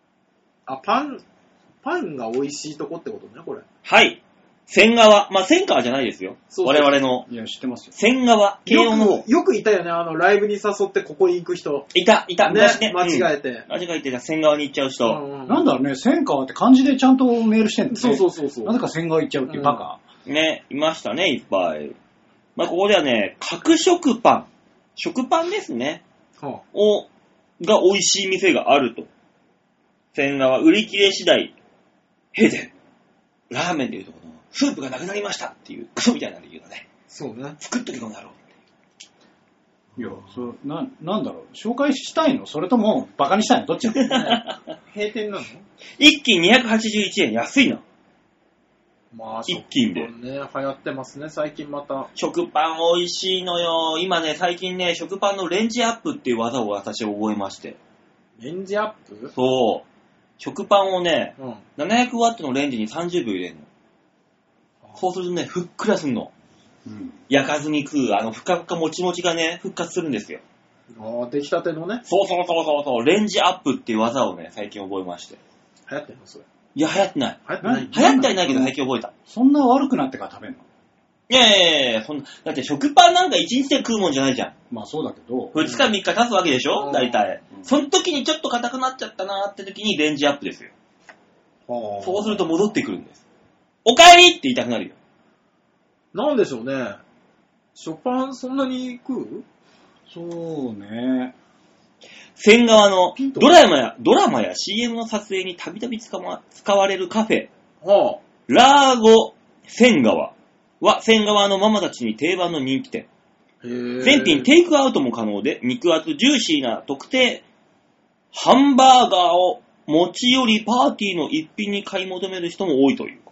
パンが美味しいとこってことね、これ。 はい。線川。まあ、線川じゃないですよ。そう我々の。 いや、知ってますよ。 線川。京王の。 よくいたよね、ライブに誘ってここに行く人。 いた。昔ね。 間違えて。 間違えて線川に行っちゃう人。 なんだろうね、線川って漢字でちゃんとメールしてんのね。 そう。 なぜか線川行っちゃうっていうバカ。 ね、いましたね、いっぱい。まあ、ここではね、角食パン。食パンですね。が美味しい店があると。線川売り切れ次第、閉店。ラーメンでいうとこの、スープがなくなりましたっていうクソみたいな理由だね。 そうね。 作っときこの野郎。 いや、なんだろう、紹介したいのそれとも、バカにしたいのどっちなの閉店なの一斤281円、安いな。 まあ、 一斤で。 ね、流行ってますね、最近また。 食パン美味しいのよ。今ね、最近ね、食パンのレンジアップっていう技を私覚えまして。 レンジアップ？ そう。食パンをね、700ワットのレンジに30秒入れるの。そうするとね、ふっくらすんの。焼かずに食う、ふかふかもちもちがね、復活するんですよ。 出来たてのね。 そう。レンジアップっていう技をね、最近覚えまして。 流行ってんのそれ？ いや、流行ってない。 流行ってない？ 流行ってはいないけど最近覚えた。 そんな悪くなってから食べんの？ いや、だって食パンなんか1日で食うもんじゃないじゃん。 まあそうだけど。 2日3日経つわけでしょ大体。その時にちょっと硬くなっちゃったなーって時にレンジアップですよ。そうすると戻ってくるんです。おかえりって言いたくなるよ。 なんでしょうね。食パンそんなに食う？ そうね。 線側のドラマや CM の撮影にたびたび使われるカフェ、ラーゴ線側は線側のママたちに定番の人気店。全品テイクアウトも可能で、肉厚ジューシーな特定ハンバーガーを持ち寄りパーティーの一品に買い求める人も多いという。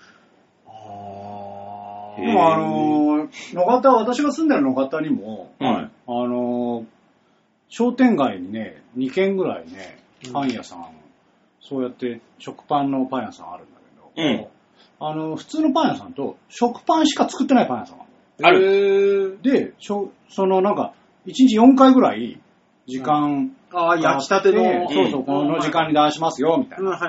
でも私が住んでる野方にも、商店街にね、2軒ぐらいね、パン屋さん、そうやって食パンのパン屋さんあるんだけど、普通のパン屋さんと食パンしか作ってないパン屋さんある。 で、なんか、1日4回ぐらい時間、 焼きたての。 そう、この時間に出しますよ、みたいな。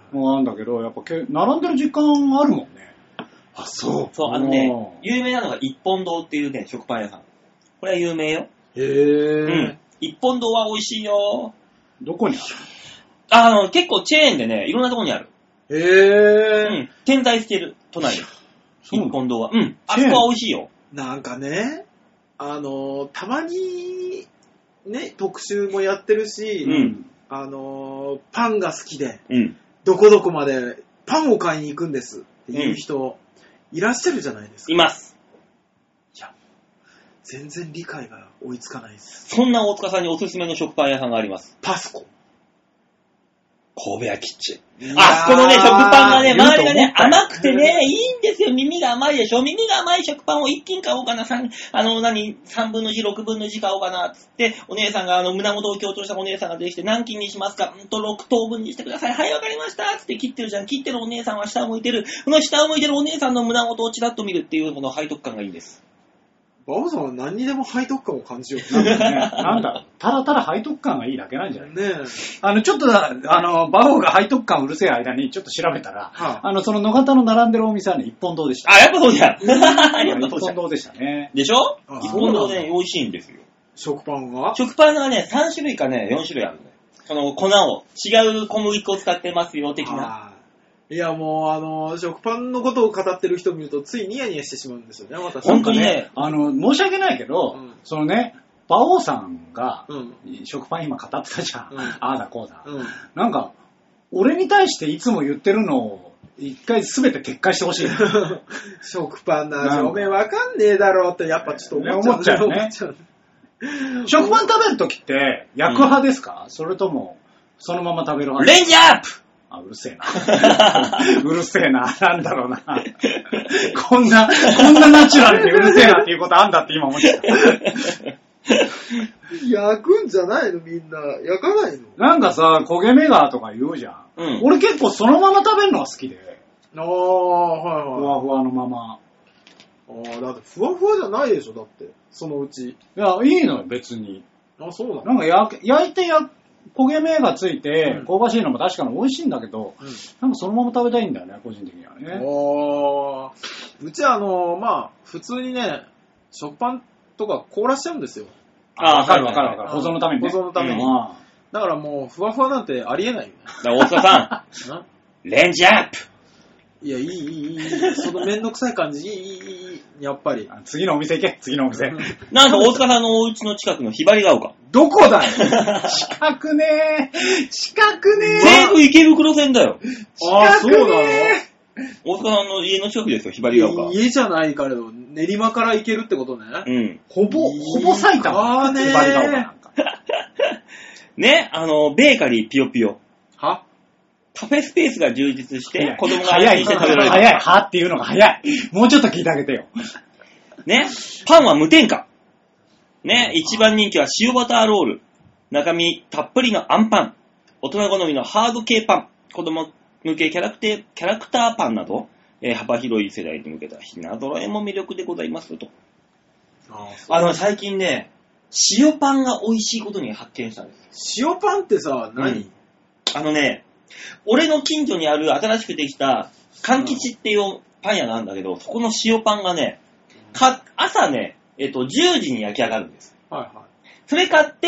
もうなんだけど、やっぱ並んでる時間あるもんね。 あ、そう。 そう、有名なのが一本堂っていうね、食パン屋さん。これは有名よ。 へぇうん。一本堂は美味しいよ。 どこにある？結構チェーンでね、いろんなとこにある。 へぇうん。点在してる、都内に。一本堂は。うん。あそこは美味しいよ。 なんかね、たまに、ね、特集もやってるし、 うん。 パンが好きで、 うん。 どこどこまでパンを買いに行くんですっていう人、いらっしゃるじゃないですか。 います。 いや、全然理解が追いつかないです。 そんな大塚さんにおすすめの食パン屋さんがあります。 パスコ。 神戸屋キッチン。あそこのね、食パンがね、周りがね、甘くてね、いいんですよ。耳が甘いでしょ。耳が甘い食パンを一斤買おうかな。3分の1、6分の1買おうかな。つって、お姉さんが、胸元を強調したお姉さんが出てきて、何斤にしますか6等分にしてください。はい、わかりました。つって切ってるじゃん。切ってるお姉さんは下を向いてる。この下を向いてるお姉さんの胸元をチラッと見るっていう、この背徳感がいいんです。 バオさんは何にでも背徳感を感じよう。 なんだ、ただただ背徳感がいいだけなんじゃないねえ。ちょっとバオが背徳感うるせえ間にちょっと調べたら、その野方の並んでるお店はね、一本堂でした。 あ、やっぱそうじゃん。 一本堂でしたね。 でしょ？一本堂で、ね、美味しいんですよ。 食パンがね、3種類かね、4種類あるのよ。その粉を、違う小麦粉を使ってますよ、的な。 いや、もう、食パンのことを語ってる人を見ると、ついニヤニヤしてしまうんですよね、私。 本当にね、 申し訳ないけど、そのね、馬王さんが、食パン今語ってたじゃん。ああだこうだ。なんか、俺に対していつも言ってるのを、一回すべて撤回してほしい。 食パンの味、おめえわかんねえだろうって、やっぱちょっと思っちゃうね。 食パン食べるときって、焼く派ですか？それとも、そのまま食べる派レンジアップ！ あ、うるせえな。うるせえな。なんだろうな。こんなナチュラルにうるせえなっていうことあんだって今思っちゃった。 焼くんじゃないのみんな。焼かないのなんかさ、焦げ目がとか言うじゃん。俺結構そのまま食べるのが好きで。 はいはい。 ふわふわのまま。 だってふわふわじゃないでしょ、だって。そのうち。 いや、いいのよ、別に。 そうなの？ なんか焼いて焦げ目がついて、香ばしいのも確かに美味しいんだけど、なんかそのまま食べたいんだよね、個人的にはね。 うち普通にね、食パンとか凍らしちゃうんですよ。 わかる。保存のためにね。 保存のために。だからもう、ふわふわなんてありえないよね。 大塚さん、レンジアップ！ いや、いい。そのめんどくさい感じ、いい。やっぱり。 次のお店行け、次のお店。 なんか大塚さんのお家の近くのひばりが丘。 どこだよ近くねー。 西武池袋線だよ。 近くねー。大塚さんの家の近くですよ、ひばりが丘。 家じゃないからど、練馬から行けるってことね。 ほぼ埼玉。ひばりが丘なんか。 ね、ベーカリーピヨピヨ。 は？ カフェスペースが充実して、子供が安心して食べられる。 早い、はっていうのが早い。もうちょっと聞いてあげてよ。 ね、パンは無添加。ね、一番人気は塩バターロール。中身たっぷりのあんパン。大人好みのハード系パン。子供向けキャラクターパンなど、幅広い世代に向けた品揃えも魅力でございますと。最近ね、塩パンが美味しいことに発見したんです。 塩パンってさ、何？ 俺の近所にある新しくできた、柑吉っていうパン屋なんだけど、そこの塩パンがね、朝ね、10時に焼き上がるんです。 はいはい。 それ買って、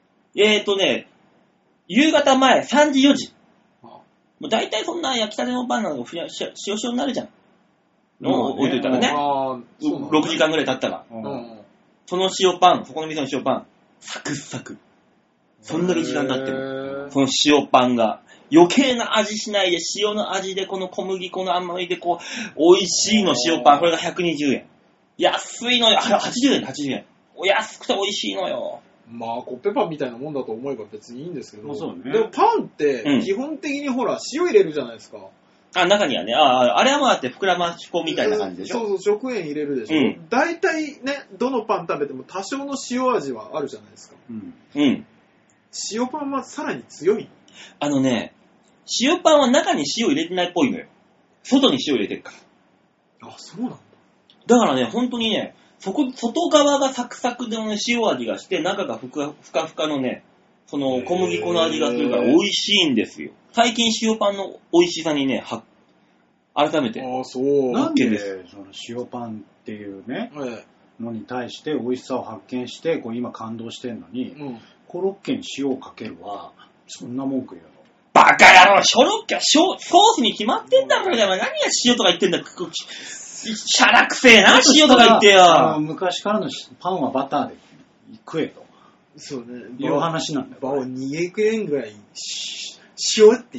夕方前3時4時。もう大体そんな焼きたてのパンなのが塩塩になるじゃん。置いといたらね。6時間ぐらい経ったら。その塩パン、そこの店の塩パン、サクサク。そんだけ時間経ってる。その塩パンが。余計な味しないで、塩の味で、この小麦粉の甘みで、こう、美味しいの塩パン。これが120円。安いのよ。80円、80円。安くて美味しいのよ。 コッペパンみたいなもんだと思えば別にいいんですけど。 そうね。 でもパンって、基本的にほら、塩入れるじゃないですか。 中にはね、あれはもうあって膨らまし粉みたいな感じでしょ。 そう、食塩入れるでしょ。大体ね、どのパン食べても多少の塩味はあるじゃないですか。塩パンはさらに強い。 塩パンは中に塩入れてないっぽいのよ。外に塩入れてるから。そうなんだ。 だからね、本当にね、外側がサクサクでの、ね、塩味がして、中がふかふかのね、 その小麦粉の味がするから美味しいんですよ。最近塩パンの美味しさにね、改めて。 ああ、そう。 なんで、その塩パンっていうね、のに対して美味しさを発見して、こう今感動してんのに、コロッケに塩をかけるは、そんな文句言うの？ バカ野郎、コロッケはソースに決まってんだろ、何が塩とか言ってんだ。シャラくせえな、塩とか言ってよ。 昔からのパンはバターで食えと。 そうね。 いう話なんだよ。 バオ逃げくれんぐらい、塩って言って。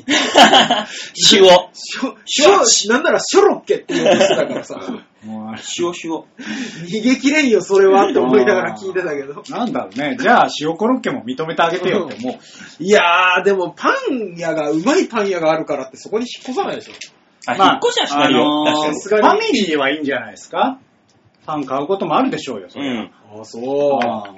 塩。なんならショロッケって言うとしてたからさ。 塩。逃げきれんよ、それはって思いながら聞いてたけど。 なんだろうね。じゃあ、塩コロッケも認めてあげてよって思う。 いやー、でもパン屋が、うまいパン屋があるからってそこに引っ越さないでしょ。 引っ越しはしないよ。 ファミリーはいいんじゃないですか？パン買うこともあるでしょうよ、それ。 あ、そう。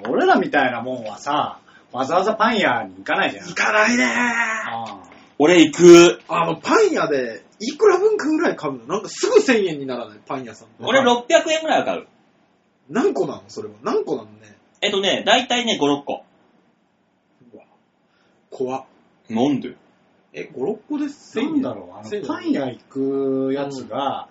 俺らみたいなもんはさ、わざわざパン屋に行かないじゃん。 行かないねー。俺行く。 パン屋で、いくら分ぐらい買うの？なんかすぐ1000円にならないパン屋さん。 俺600円ぐらいは買う。 何個なのそれは。何個なのね。 だいたいね、5、6個。 うわ。怖っ。 なんで 5、6個で1000円？ なんだろう、パン屋行くやつが、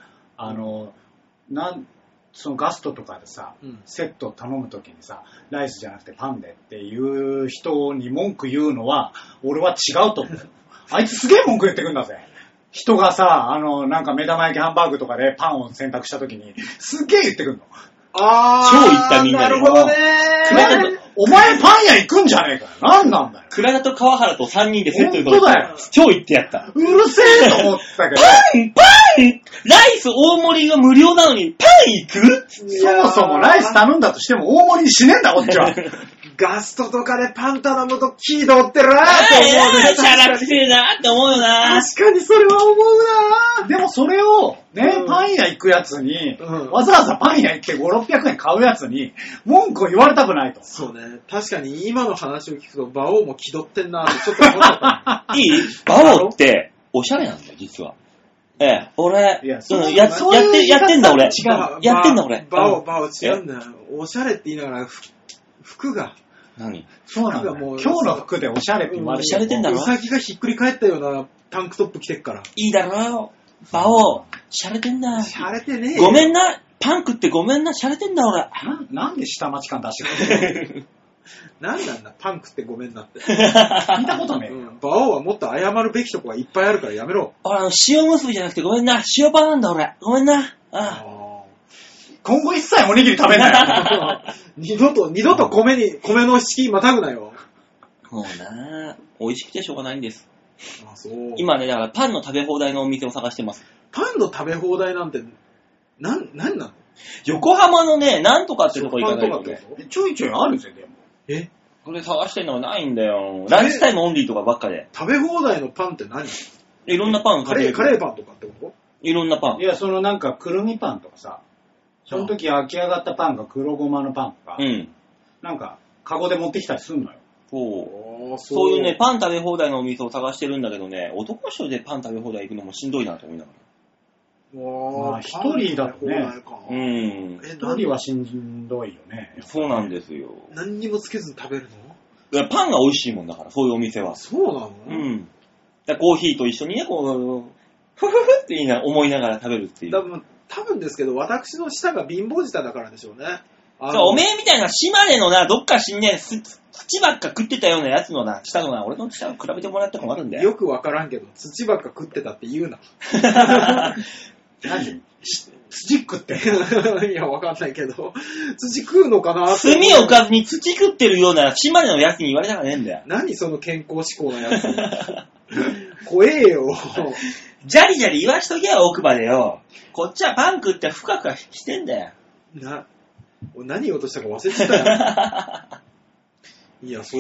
そのガストとかでさ、セット頼むときにさ、ライスじゃなくてパンでっていう人に文句言うのは、俺は違うと思う。あいつすげえ文句言ってくんだぜ。人がさ、なんか目玉焼きハンバーグとかでパンを選択したときに、すっげえ言ってくんの。 超言ったみんなに。 なるほどねお前パン屋行くんじゃねえかよ。なんなんだよ。 倉田と川原と3人でセットで本当だよ。 超言ってやった。 うるせえと思ったけど。 パンライス大盛りが無料なのにパン行く？ そもそもライス頼んだとしても大盛りにしねえんだ、こっちは。 ガストとかでパン頼むと気取ってるなって思うね。 シャラくせえなって思うよな。 確かにそれは思うな。 でもそれをね、パン屋行くやつに、わざわざパン屋行って5、600円買うやつに文句を言われたくないと。 そうね。確かに今の話を聞くと馬王も気取ってんなってちょっと思っちゃった。 いい？馬王っておしゃれなんだよ、実は。俺、やってんだ俺。違う。やってんだ俺。 馬王違うんだよ。おしゃれって言いながら服が。 何？そうなんだよ。今日の服でおしゃれって言われて。 しゃれてんだろ？ うさぎがひっくり返ったようなタンクトップ着てっから。 いいだろよ。馬王、しゃれてんだ。 しゃれてねえ。 ごめんな。パン食ってごめんな。しゃれてんだ俺。 なんで下町感出してくるの？ なんなんだ、パン食ってごめんなって。 聞いたことねえ。 馬王はもっと謝るべきとこがいっぱいあるからやめろ。 塩結びじゃなくてごめんな。塩パンなんだ俺。ごめんな。 今後一切おにぎり食べない。 二度と米の敷またぐなよ。 もうなぁ。美味しくてしょうがないんです。 あ、そう。 今ね、だからパンの食べ放題のお店を探してます。 パンの食べ放題なんて、何なの？ 横浜のね、なんとかってとこ行かないとね。 ちょいちょいあるぜ、でも。 これ探してんのがないんだよ。ランチタイムオンリーとかばっかで。 食べ放題のパンって何？ いろんなパンカレーパンとかってこと？ いろんなパン。 いや、なんかくるみパンとかさ、その時焼き上がったパンが黒ごまのパンとか、なんか、カゴで持ってきたりすんのよ。 そういうね、パン食べ放題のお店を探してるんだけどね、男の人でパン食べ放題行くのもしんどいなと思いながら。一人だとね。 一人はしんどいよね。 そうなんですよ。 何にもつけずに食べるの？ パンが美味しいもんだから、そういうお店は。 そうなの？ コーヒーと一緒にね、こう、ふふふって思いながら食べるっていう。 多分ですけど、私の舌が貧乏舌だからでしょうね。 おめえみたいな島根のな、どっかしんねえ、土ばっか食ってたようなやつのな、舌のな、俺の舌を比べてもらって困るんだよ。 よくわからんけど、土ばっか食ってたって言うな。 何？土食っていや、わかんないけど、土食うのかな？ 炭を置かずに土食ってるような島根のやつに言われたらねえんだよ。 何その健康志向のやつ。怖えよ。 ジャリジャリ言わしときゃ奥歯でよ。こっちはパン食ってふかふかしてんだよ。 何言おうとしたか忘れてたよ。いや、そう。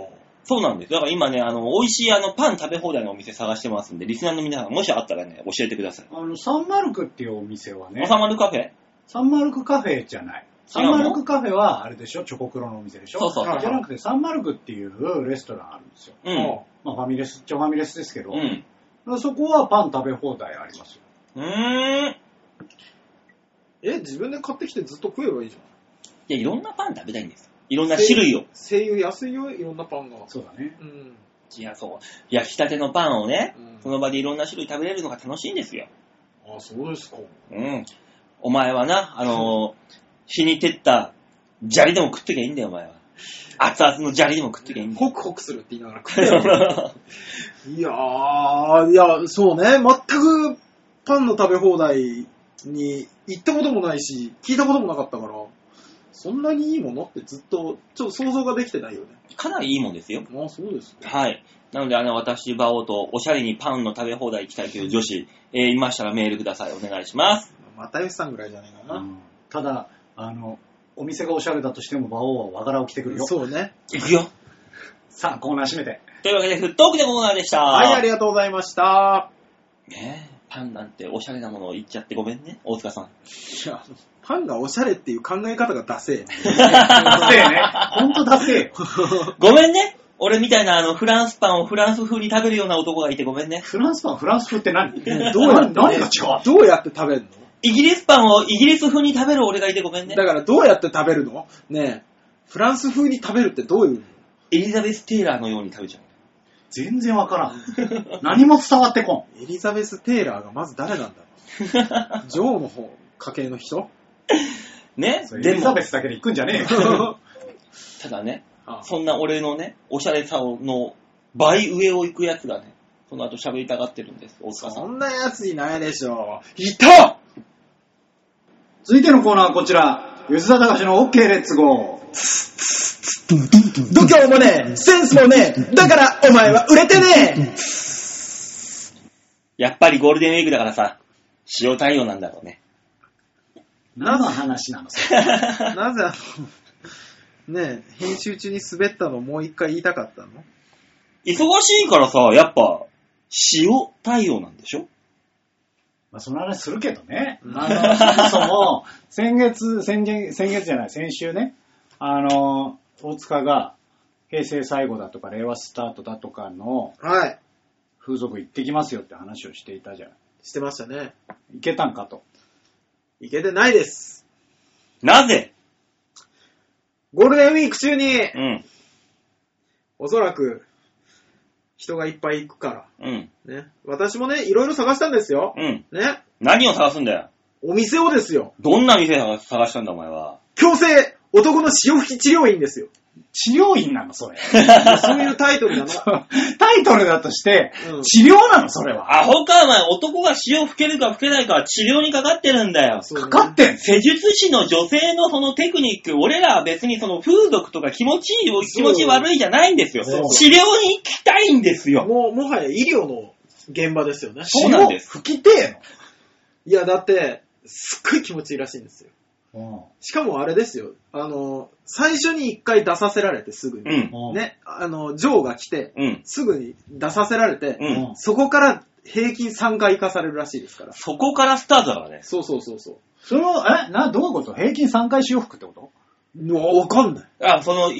そうなんです。だから今ね、美味しいパン食べ放題のお店探してますんで、リスナーの皆さん、もしあったらね、教えてください。 サンマルクっていうお店はね。 サンマルクカフェ？ サンマルクカフェじゃない。サンマルクカフェはあれでしょ、チョコクロのお店でしょ。 そう。 じゃなくて、サンマルクっていうレストランあるんですよ。まあファミレスっちゃファミレスですけど、そこはパン食べ放題ありますよ。 自分で買ってきてずっと食えばいいじゃん。 いや、いろんなパン食べたいんですよ。 いろんな種類を。 声優安いよ、いろんなパンが。 そうだね。 うん。 いや、そう。焼きたてのパンをね、その場でいろんな種類食べれるのが楽しいんですよ。 あ、そうですか。 うん。お前はな、日に照った砂利でも食ってきゃいいんだよ、お前は。熱々の砂利でも食ってきゃいいんだよ。 ホクホクするって言いながら食ってる。いや、そうね。全くパンの食べ放題に行ったこともないし、聞いたこともなかったから、そんなにいいものってずっと、ちょっと想像ができてないよね。 かなりいいもんですよ。 あ、そうですか。 はい。なので、私、馬王とおしゃれにパンの食べ放題行きたいという女子、いましたらメールください。お願いします。 又吉さんぐらいじゃないかな。 ただ、お店がおしゃれだとしても、馬王は和柄を着てくるよ。 そうね。 行くよ。 さあ、コーナー閉めて。 というわけで、フットークでコーナーでした。 はい、ありがとうございました。 ねえ、パンなんておしゃれなものを言っちゃってごめんね、大塚さん。 いや、パンがおしゃれっていう考え方がダセえ。 ダセえね。ほんとダセえ。 ごめんね。俺みたいなフランスパンをフランス風に食べるような男がいてごめんね。 フランスパン、フランス風って何？ 何が違う？ どうやって食べるの？ イギリスパンをイギリス風に食べる俺がいてごめんね。 だからどうやって食べるの？ねえ、フランス風に食べるってどういうの？ エリザベス・テイラーのように食べちゃう。 全然わからん。何も伝わってこん。 エリザベス・テイラーがまず誰なんだろう？女王の方、家系の人？ ね、 エリザベスだけで行くんじゃねえよ。 ただね、そんな俺のね、おしゃれさの倍上を行くやつがね、その後喋りたがってるんです、大塚さん。 そんなやついないでしょ。いた！ 続いてのコーナーはこちら。吉田隆の OK レッツゴー。 度胸もねえ、センスもねえ、だからお前は売れてねやっぱりゴールデンウィークだからさ、塩対応なんだろうね。 何の話なの？ え。なぜねえ、編集中に滑ったのもう一回言いたかったの？ 忙しいからさ、やっぱ、塩対応なんでしょ？ まあ、その話するけどね。そもそも、先週ね、大塚が、平成最後だとか、令和スタートだとかの、 はい。 風俗行ってきますよって話をしていたじゃん。 してましたね。 行けたんかと。 行けてないです。 なぜ？ ゴールデンウィーク中に、 うん。 おそらく、人がいっぱい行くから。 うん。 ね。私もね、いろいろ探したんですよ。 うん。 ね。 何を探すんだよ。 お店をですよ。 どんな店探したんだお前は。 強制男の潮吹き治療院ですよ。 治療院なのそれ。 そういうタイトルなの。 タイトルだとして、 うん、 治療なのそれは。 アホかお前、男が潮吹けるか吹けないかは治療にかかってるんだよ。 ね、 かかってん施術師の女性のそのテクニック、俺らは別にその風俗とか気持ちいい、気持ち悪いじゃないんですよ。治療に行きたいんですよ。 もはや医療の現場ですよね。 そうなんです。 吹きてえの。 いや、だって、すっごい気持ちいいらしいんですよ。しかもあれですよ。最初に一回出させられてすぐに。 うん、 ね。ジョーが来て、 うん、 すぐに出させられて、 うん、 そこから平均3回行かされるらしいですから。 そこからスタートだからね。 そう。 どういうこと？平均3回潮吹くってこと？ わかんない。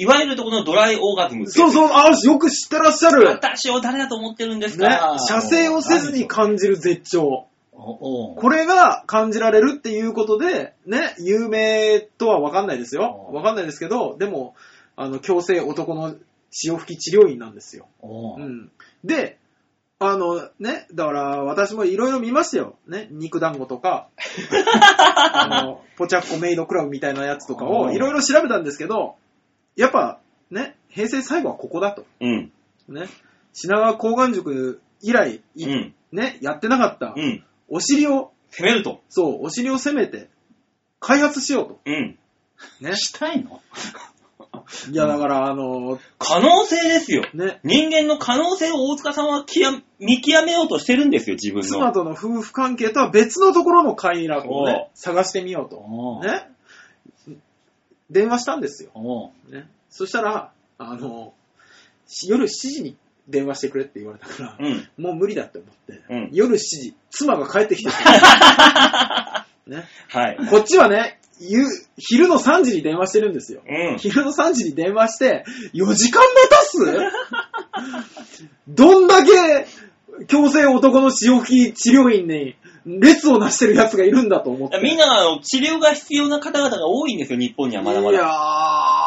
いわゆるところのドライオーガズムって。 そう、よく知ってらっしゃる。 私を誰だと思ってるんですか？ ね。射精をせずに感じる絶頂。これが感じられるっていうことで、ね、有名とは分かんないですよ。分かんないですけど、でも、強制男の潮吹き治療院なんですよ。うん。で、ね、だから私もいろいろ見ましたよ。ね、肉団子とか、ポチャッコメイドクラブみたいなやつとかをいろいろ調べたんですけど、やっぱ、ね、平成最後はここだと。 うん。 ね、品川高岩塾以来、 うん、 ね、やってなかった。 うん。 お尻を攻めると。 そう、お尻を攻めて、開発しようと。 うん。 ね。したいの？ いや、だから、 可能性ですよ。 ね。 人間の可能性を大塚さんは見極めようとしてるんですよ、自分の。 妻との夫婦関係とは別のところの快楽をね、探してみようと。ね。電話したんですよ。ね。そしたら、夜7時に電話してくれって言われたから、 うん、 もう無理だって思って、 うん、 夜7時、妻が帰ってきてね、 はい、 こっちはね、昼の3時に電話してるんですよ。 うん、 昼の3時に電話して、4時間待たすどんだけ強制男の潮吹き治療院に列をなしてる奴がいるんだと思って。 みんな治療が必要な方々が多いんですよ、日本にはまだまだ。 いや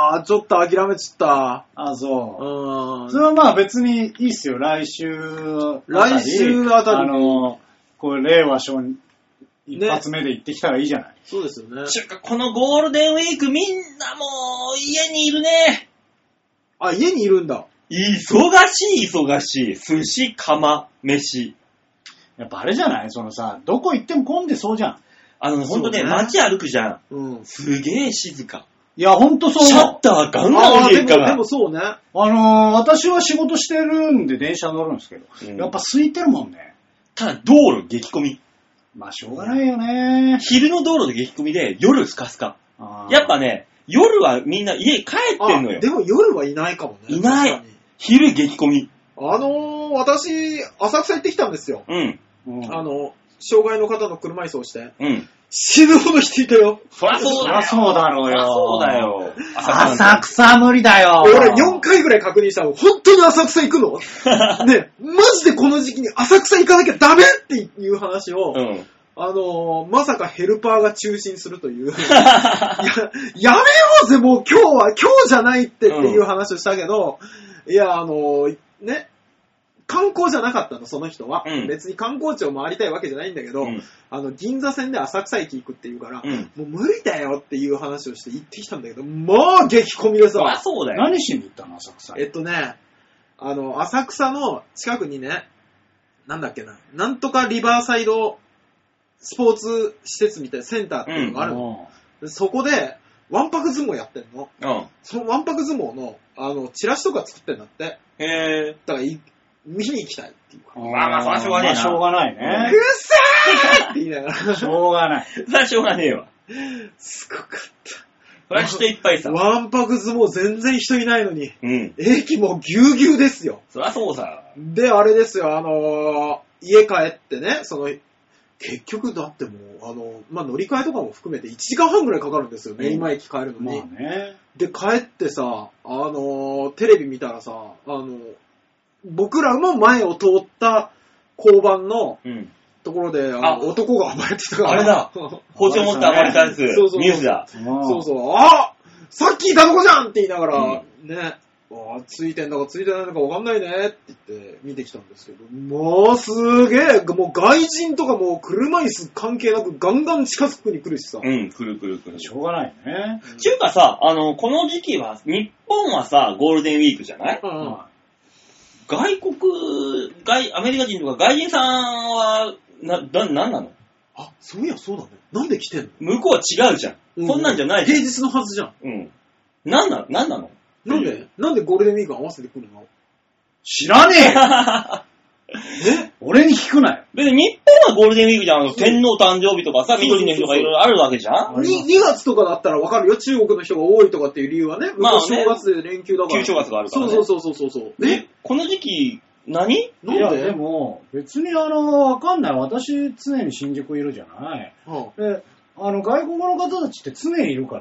ちょっと諦めちった。 あ、そう。それはまあ別にいいっすよ、来週あたり。これ令和初一発目で行ってきたらいいじゃない。 そうですよね。 このゴールデンウィークみんなもう家にいるね。 あ、家にいるんだ。 忙しい。寿司、釜、飯。 やっぱあれじゃない？そのさ、どこ行っても混んでそうじゃん。 ほんとね、街歩くじゃん。すげえ静か。 いや、ほんとそう。 シャッターガンガン降りてるから。 でもそうね。 私は仕事してるんで電車乗るんですけど、やっぱ空いてるもんね。 ただ道路激混み。 まあしょうがないよね。 昼の道路で激混みで、夜スカスカ。やっぱね、夜はみんな家帰ってんのよ。 でも夜はいないかもね。 いない。昼激混み。 私、浅草行ってきたんですよ。障害の方の車椅子をして。死ぬほど人いたよ。 そりゃそうだろうよ。そうだよ。 浅草無理だよ。 俺4回ぐらい確認したの。本当に浅草行くのね、マジでこの時期に浅草行かなきゃダメっていう話を、まさかヘルパーが中心するという。やめようぜ、もう今日じゃないっていう話をしたけど、いや、ね、観光じゃなかったの、その人は。別に観光地を回りたいわけじゃないんだけど、銀座線で浅草駅行くっていうから、もう無理だよっていう話をして行ってきたんだけど、もう激混みでさ。 あ、そうだよ。 何しに行ったの、浅草。 浅草の近くにね、なんだっけな、なんとかリバーサイドスポーツ施設みたいなセンターっていうのがあるの。そこで、わんぱく相撲やってんの。そのわんぱく相撲の、チラシとか作ってんだって。だから見に行きたいっていうか。 まあ、それはしょうがねえな。 しょうがないね。 うっせーって言いながら。 しょうがない。 それはしょうがねえわ。 すごかった。 それは人いっぱいさ。 わんぱく相撲全然人いないのに。駅もぎゅうぎゅうですよ。 そりゃそうさ。 で、あれですよ、家帰ってね、結局だってもう、まあ、乗り換えとかも含めて1時間半ぐらいかかるんですよね、今駅帰るのに。 まあね。 で、帰ってさ、テレビ見たらさ、僕らも前を通った交番のところで、男が暴れてたから。 あれだ。包丁持って暴れたやつ。ニュースだ。 そうそう。さっきいたとこじゃんって言いながら、ね。ついてんだかついてないのか分かんないねって言って見てきたんですけど、もうすげえ、もう外人とかもう車椅子関係なくガンガン近づくに来るしさ。 来る。 しょうがないね。 ちゅうかさ、この時期は、日本はさ、ゴールデンウィークじゃない？外国、アメリカ人とか外人さんは、なんなの？ あ、そういやそうだね。なんで来てんの？ 向こうは違うじゃん。そんなんじゃないじゃん。 平日のはずじゃん。なんなの？ なんでゴールデンウィーク合わせてくるの？ 知らねえ俺に聞くなよ。 別に日本はゴールデンウィークじゃん。天皇誕生日とかさ、緑の日とかいろいろあるわけじゃん。 2月とかだったらわかるよ。中国の人が多いとかっていう理由はね。まあ正月で連休だから。 旧正月があるからね。 そう。 この時期、何？ いや、でも、別にわかんない。私、常に新宿いるじゃない。で、外国の方たちって常にいるから。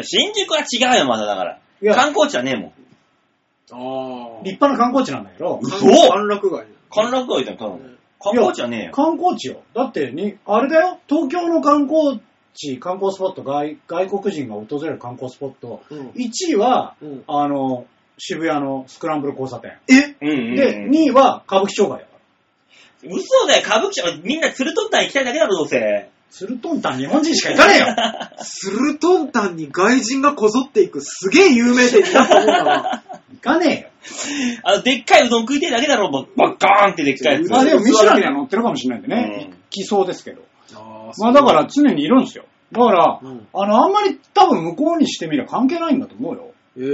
新宿は違うよ、まだだから。観光地はねえもん。 立派な観光地なんだけど。 歓楽街。 歓楽街だよ、多分。観光地はねえよ。 観光地よ。だって、あれだよ。東京の観光地、観光スポット、外国人が訪れる観光スポット。1位は、渋谷のスクランブル交差点。で、2位は歌舞伎町街だから。 嘘だよ、歌舞伎町。みんなツルトンタン行きたいだけだろ、どうせ。 ツルトンタン日本人しか行かねえよツルトンタンに外人がこぞっていくすげえ有名店になったもんだわ。 行かねえよ。でっかいうどん食いてえだけだろ、バッカーンってでっかいやつ。 でもミシュランには乗ってるかもしれないんでね。行きそうですけど。まあだから常にいるんですよ。だから、あんまり多分向こうにしてみれば関係ないんだと思うよ。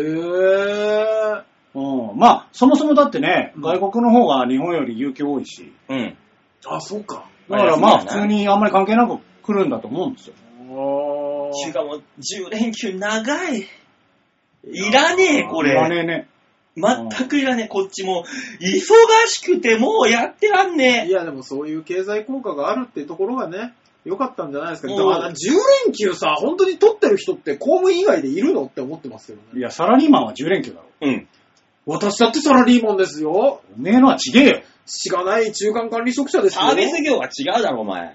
まあ、そもそもだってね、外国の方が日本より有給多いし。 そうか。 だからまあ普通にあんまり関係なく来るんだと思うんですよ。 しかも10連休長い。いらねえ、これ。 いらねえね。 全くいらねえ、こっちも。忙しくてもうやってらんねえ。 いやでもそういう経済効果があるっていうところがね、良かったんじゃないですか。だから10連休さ、本当に取ってる人って公務員以外でいるのって思ってますけどね。 いや、サラリーマンは10連休だろ。 私だってサラリーマンですよ。 おめえのはちげえよ。 しがない中間管理職者ですよ。 サービス業が違うだろ、お前。 い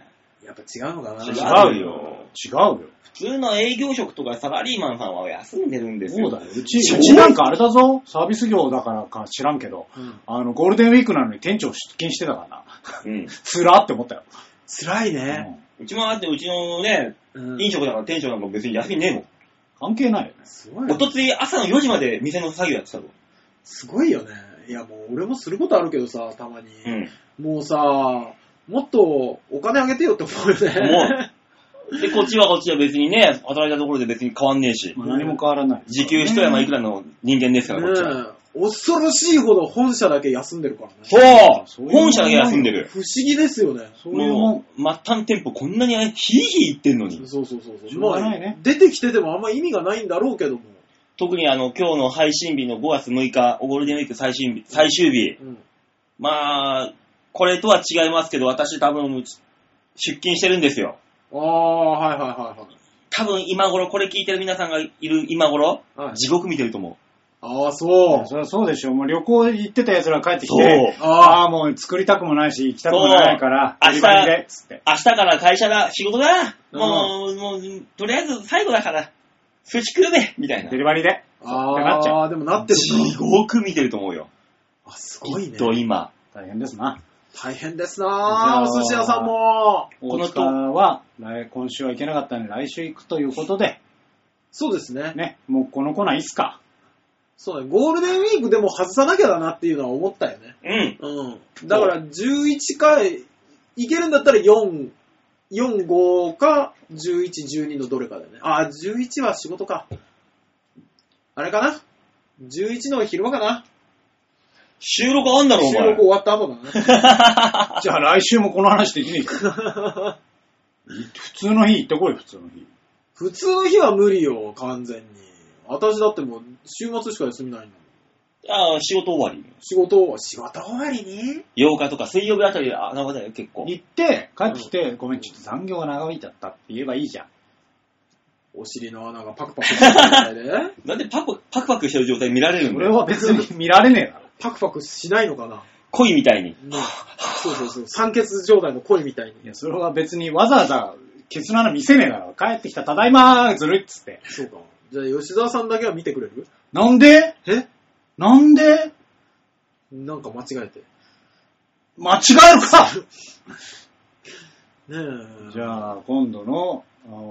やっぱ違うのかな。 違うよ。 普通の営業職とかサラリーマンさんは休んでるんですよ。 そうだよ。うちなんかあれだぞ。サービス業だからか知らんけど、ゴールデンウィークなのに店長出勤してたからな。つらって思ったよ。 辛いね。 うちもあって、うちのね、飲食だから店長なんか別に休みねえもん。 関係ないよね。 すごい、ね。 おとつい朝の4時まで店の作業やってたぞ。 すごいよね。いやもう俺もすることあるけどさ、たまに。もうさ、もっとお金あげてよって思うよね。 で、こっちは別にね、働いたところで別に変わんねえし。 何も変わらない。 時給一山いくらの人間ですから、こっちは。 恐ろしいほど本社だけ休んでるからね。そう、本社だけ休んでる。 不思議ですよね。 もう、末端店舗こんなにヒーヒー言ってんのに。 そう。 しょうがないね。 出てきててもあんま意味がないんだろうけども。 特に今日の配信日の5月6日、ゴールデンウィーク最終日。まあ、これとは違いますけど、私多分出勤してるんですよ。 はい。 多分今頃、これ聞いてる皆さんがいる今頃、地獄見てると思う。 そう。 そりゃそうでしょ。もう旅行行ってた奴ら帰ってきて、もう作りたくもないし、行きたくもないから、 明日から会社だ、仕事だ、もう、とりあえず最後だから、寿司食うべみたいな。 デリバリーで。 なっちゃう。でもなってる地獄見てると思うよ。 すごいね。 今。 大変ですな。 大変ですなお寿司屋さんも。 大塚は、今週は行けなかったので、来週行くということで。 そうですね。 ね、もうこのコーナーいいっすか。 そうね、ゴールデンウィークでも外さなきゃだなっていうのは思ったよね。だから11回、いけるんだったら4、5か11、12のどれかだよね。11は仕事か。あれかな ?11 の昼間かな。 収録あんだろ、お前。 収録終わった後だな。 じゃあ来週もこの話できねえか。普通の日行ってこい、普通の日。 普通の日は無理よ、完全に。私だってもう週末しか休みないんだもん。仕事終わり。 仕事終わりに ?8 日とか水曜日あたり長だよ、結構。 行って、帰ってきて、ごめん、ちょっと残業が長引いちゃったって言えばいいじゃん。 お尻の穴がパクパクしてる状態でなんでパクパクしてる状態見られるんだよ。 それは別に見られねえだろ。 パクパクしないのかな恋みたいに。 そう。酸欠状態の恋みたいに。 いや、それは別にわざわざケツの穴見せねえだろ。帰ってきたただいまーずるいっつって。 そうか。じゃあ吉沢さんだけは見てくれる？ なんで？なんで？ なんか間違えて。 間違えるかねえ。 じゃあ今度の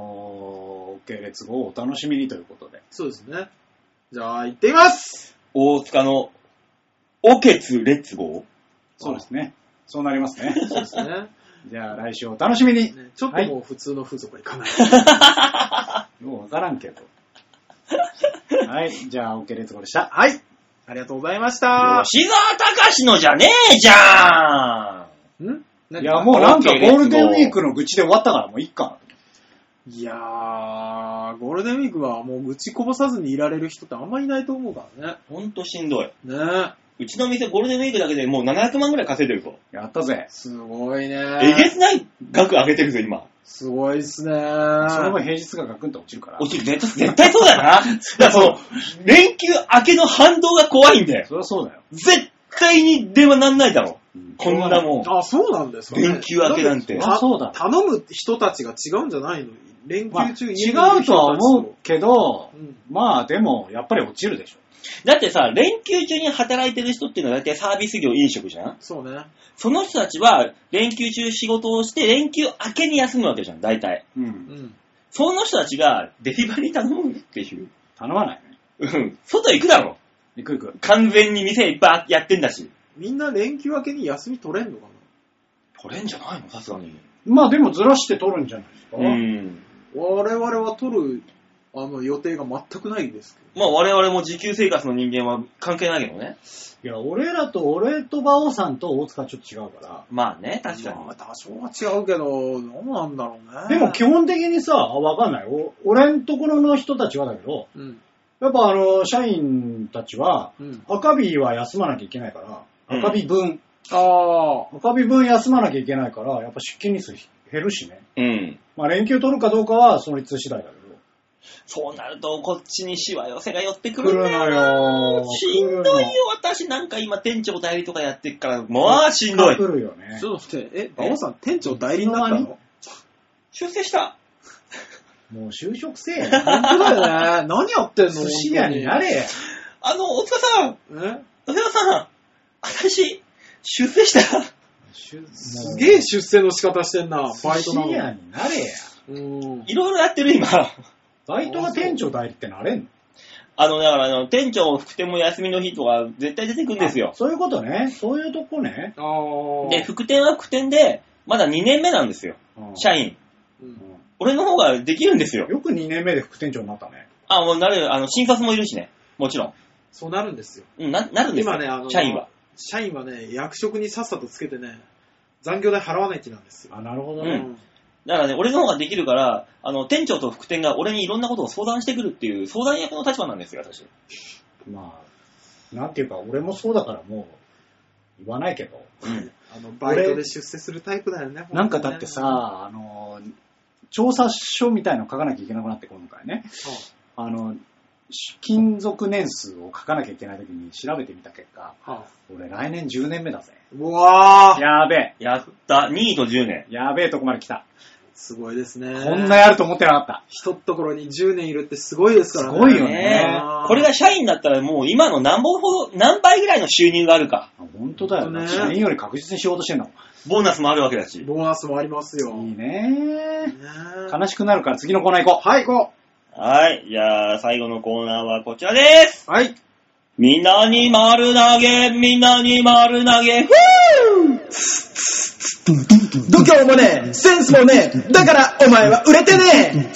OK 列号をお楽しみにということで。 そうですね。じゃあ行ってみます。 大塚のおけつレッツゴー。 そうですね。そうなりますね。 そうですね。 じゃあ来週お楽しみに。 ちょっともう普通の風俗はいかない。 ようわからんけど。はい。じゃあ OK 列号でした。 はい。ありがとうございました。 吉沢隆のじゃねえじゃん？ いや、もうなんかゴールデンウィークの愚痴で終わったからもういいか。 いやー、ゴールデンウィークはもう愚痴こぼさずにいられる人ってあんまりいないと思うからね。 ほんとしんどい。 ね。 うちの店ゴールデンウィークだけでもう700万ぐらい稼いでるぞ。 やったぜ。 すごいね。 えげつない額上げてるぞ、今。 すごいっすね。 それも平日がガクンと落ちるから。 落ちる。絶対そうだよな。だからその、連休明けの反動が怖いんだよ。 そりゃそうだよ。 絶対に電話なんないだろ。こんなもん。 あ、そうなんですかね。 連休明けなんて。 そうだ。 頼む人たちが違うんじゃないの？連休中違うとは思うけど、まあでも、やっぱり落ちるでしょ。 だってさ、連休中に働いてる人っていうのは大体サービス業飲食じゃん？ そうね。 その人たちは連休中仕事をして連休明けに休むわけじゃん、大体。その人たちがデリバリー頼むっていう。 頼まないね。外行くだろ。 行く。 完全に店いっぱいやってんだし。 みんな連休明けに休み取れんのかな？ 取れんじゃないの？さすがに。 まあでもずらして取るんじゃないですか。 我々は取る予定が全くないんですけど。まあ我々も自給生活の人間は関係ないけどね。 いや、俺と馬王さんと大塚はちょっと違うから。 まあね、確かに。 多少は違うけど、どうなんだろうね。 でも基本的にさ、わかんない。俺んところの人たちはだけど、やっぱ社員たちは、赤日は休まなきゃいけないから、赤日分。赤日分休まなきゃいけないから、やっぱ出勤日数減るしね。まあ連休取るかどうかはその率次第だけど。 そうなると、こっちにしわ寄せが寄ってくるんだよ。 来るのよ。 しんどいよ、私なんか今店長代理とかやってっから、もうしんどい。 来るよね。 ちょっと待って、馬王さん店長代理になったの？ 出世した。 もう就職せえよ。 本当だよね。何やってんの？ 寿司屋になれ。 大塚さん。大塚さん。私、出世した。 すげえ出世の仕方してんな、バイトなの。 寿司屋になれや。 いろいろやってる今。 バイトが店長代理ってなれんの？ だから店長、副店も休みの日とか絶対出てくるんですよ。 そういうことね。そういうとこね。 で、副店は副店で、まだ2年目なんですよ。社員。俺の方ができるんですよ。 よく2年目で副店長になったね。 もうなる、新卒もいるしね。もちろん。 そうなるんですよ。 なるんですよ。今ね、社員は。 社員はね、役職にさっさとつけてね、残業代払わない気なんですよ。 なるほどね。 だからね、俺の方ができるから、店長と副店が俺にいろんなことを相談してくるっていう相談役の立場なんですよ、私。 まあ、なんていうか、俺もそうだからもう、言わないけど。 バイトで出世するタイプだよね。 なんかだってさ、調査書みたいの書かなきゃいけなくなって、今回ね。勤続年数を書かなきゃいけないときに調べてみた結果、俺来年10年目だぜ。 うわー。 やべえ。 やった。2位と10年。 やべえとこまで来た。 すごいですね。 こんなやると思ってなかった。 一ところに10年いるってすごいですからね。 すごいよね。 これが社員だったらもう今の何倍ぐらいの収入があるか。 本当だよね。社員より確実に仕事してんの。 ボーナスもあるわけだし。 ボーナスもありますよ。 いいね。悲しくなるから次のコーナー行こう。 はい、行こう。はい。じゃあ、最後のコーナーはこちらです。 はい。 みんなに丸投げ、みんなに丸投げ、ふぅ度胸もね、センスもね、だからお前は売れてね。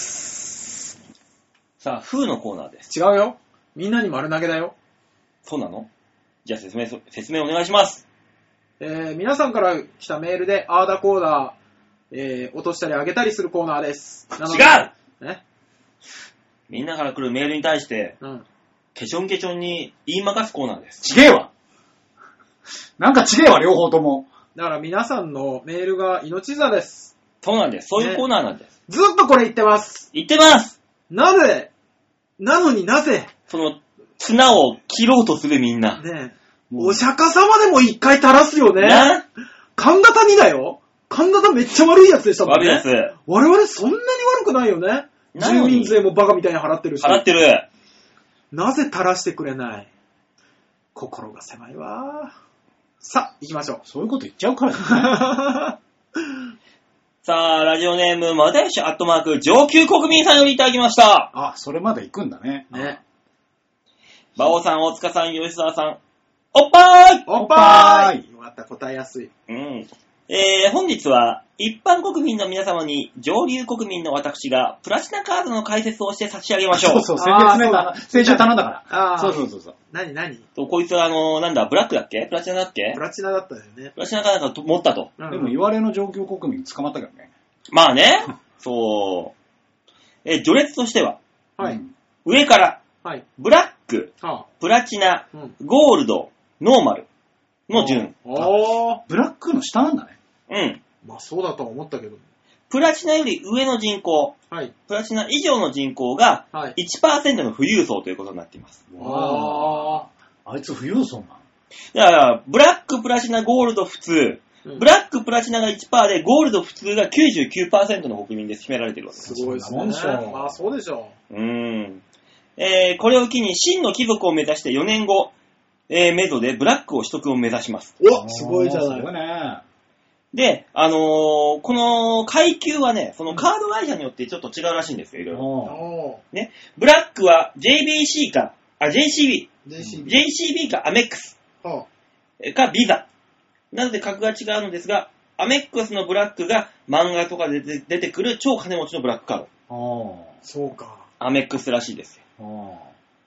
さあ、ふぅのコーナーです。 違うよ。みんなに丸投げだよ。 そうなの？じゃあ説明お願いします。 皆さんから来たメールで、あーだこーだ、落としたり上げたりするコーナーです。 違う！みんなから来るメールに対して、ケチョンケチョンに言いまかすコーナーです。 ちげえわ！なんかちげえわ、両方とも。 だから皆さんのメールが命座です。 そうなんです。そういうコーナーなんです。 ずっとこれ言ってます。 言ってます。 なのになぜその、綱を切ろうとするみんな。 ねえ。お釈迦様でも一回垂らすよね。神田谷だよ。神田谷めっちゃ悪いやつでしたもんね。 悪いやつ。 我々そんなに悪くないよね。住民税もバカみたいに払ってるし。 払ってる。 なぜ垂らしてくれない？心が狭いわ。さあ、行きましょう。 そういうこと言っちゃうからね。さあ、ラジオネーム、まだよし@上級国民さんよりいただきました。 あ、それまで行くんだね。 ね。 馬王さん、大塚さん、吉沢さん、おっぱーい！ おっぱーい！よかった、答えやすい。 本日は、一般国民の皆様に、上流国民の私が、プラチナカードの解説をして差し上げましょう。 そう、先週頼んだから。そう。 何こいつは、なんだ、ブラックだっけプラチナだっけプラチナだったよね。 プラチナかなんか持ったと。 でも、言われの上級国民捕まったけどね。 まあね。そう。序列としては、 はい。 上から、 はい。 ブラック、プラチナ、ゴールド、ノーマルの順。 ブラックの下なんだね。 うん。 まあそうだとは思ったけど。 プラチナより上の人口、 はい。 プラチナ以上の人口が 1% の富裕層ということになっています。 あいつ富裕層なの？ だから、ブラック、プラチナ、ゴールド、普通。ブラック、プラチナが 1% で、ゴールド、普通が 99% の国民で占められているわけです。 すごいですね。まあそうでしょう。これを機に真の貴族を目指して4年後、メゾでブラックを取得を目指します。 お、すごいじゃない。 すごいね。 で、この階級はね、そのカード会社によってちょっと違うらしいんですよ、いろいろ。ね、ブラックは JCB かアメックスかビザ。なので格が違うのですが、アメックスのブラックが漫画とかで出てくる超金持ちのブラックカード。 そうか。 アメックスらしいですよ。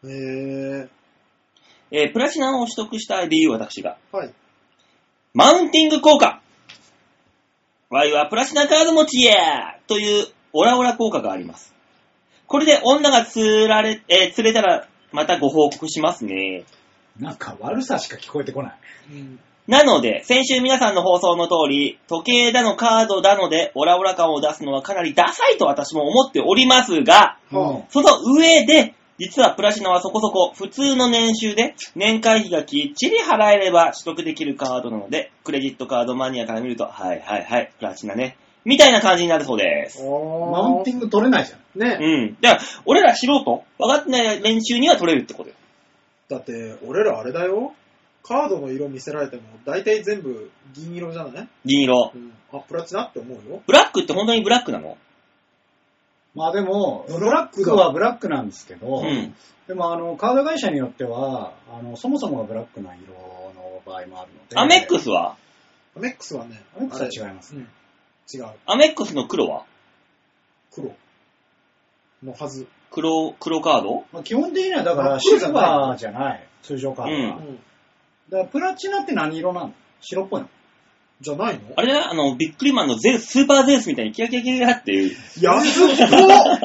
プラチナを取得した理由、私が。 はい。 マウンティング効果。わいはプラチナカード持ちやというオラオラ効果があります。これで女が釣れたらまたご報告しますね。 なんか悪さしか聞こえてこない。 なので、先週皆さんの放送の通り、時計だのカードだのでオラオラ感を出すのはかなりダサいと私も思っておりますが、その上で、実はプラチナはそこそこ普通の年収で年会費がきっちり払えれば取得できるカードなので、クレジットカードマニアから見ると、はい、プラチナね、 みたいな感じになるそうです。 マウンティング取れないじゃん。 ね。 うん。だから、俺ら素人、分かってない練習には取れるってことよ。 だって、俺らあれだよ。カードの色見せられても、大体全部銀色じゃない？ 銀色。 あ、プラチナって思うよ。 ブラックって本当にブラックなの？ まあでも、ブラックはブラックなんですけど、でもカード会社によっては、そもそもがブラックな色の場合もあるので。 アメックスは？ アメックスはね、 アメックスは違いますね。 違う。 アメックスの黒は？ 黒。のはず。 黒カード？ まあ、基本的にはだからシルバーじゃない、通常カードは。だからプラチナって何色なの？白っぽいの？ じゃないの？ あれだよ、ビックリマンのスーパーゼウスみたいにキラキラキラっていう。 安っぽ！安いね。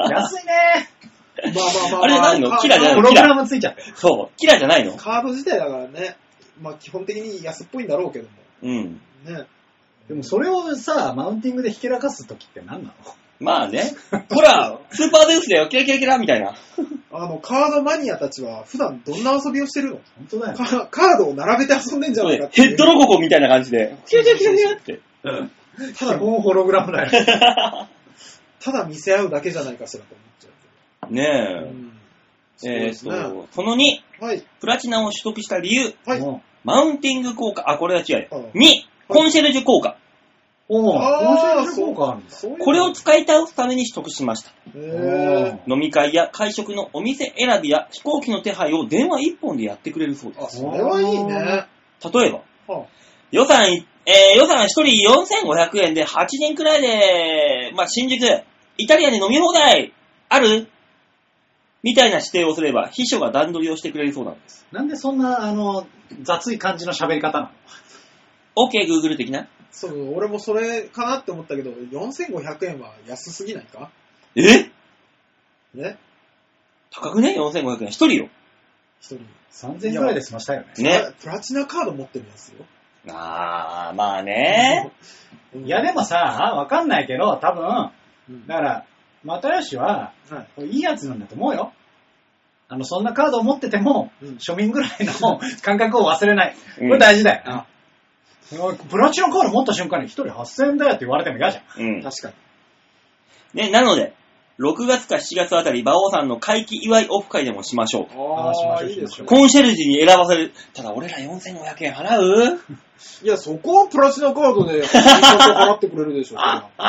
まあ。あれ何の？キラじゃないの？ プログラムついちゃって。 そう、キラじゃないの？ カード自体だからね。まあ基本的に安っぽいんだろうけども。ね。 でもそれをさ、マウンティングでひけらかすときって何なの？ まあね。ほら、スーパーゼウスだよ、キラキラキラみたいな。 カードマニアたちは普段どんな遊びをしてるの？ 本当だよ。 カードを並べて遊んでんじゃないかって。 ヘッドロココみたいな感じで。キラキラキラキラって。 ただもうホログラムだよ。 ただ見せ合うだけじゃないかしらと思っちゃう。 ねえ。その2、 はい、 プラチナを取得した理由、 はい、 マウンティング効果、これは違う。2、コンシェルジュ効果。 コンシェルジュ効果あるんだ。 これを使い倒すために取得しました。飲み会や会食のお店選びや飛行機の手配を電話1本でやってくれるそうです。 それはいいね。 例えば、予算1人4500円で8人くらいで、新宿、イタリアンで飲み放題あるみたいな指定をすれば、秘書が段取りをしてくれるそうなんです。 なんでそんな、雑い感じの喋り方なの？ OK、Google 的な？ そう、俺もそれかなって思ったけど、4500円は安すぎないか？ ね？ 高くね？ 4500円。一人よ。 一人。 3000円くらいで済ましたよね。 ね。 プラチナカード持ってるやつよ。 まあね。 いやでもさ、わかんないけど、多分、だから、又吉は、いいやつなんだと思うよ。そんなカードを持ってても、庶民ぐらいの感覚を忘れない。これ大事だよ。プラチナカード持った瞬間に1人8000円だよって言われても嫌じゃん。 確かに。ね、なので、6月か7月あたり、馬王さんの会期祝いオフ会でもしましょう。 いいですね。 コンシェルジュに選ばせる。ただ俺ら4500円払う？ いや、そこはプラチナカードで払ってくれるでしょ。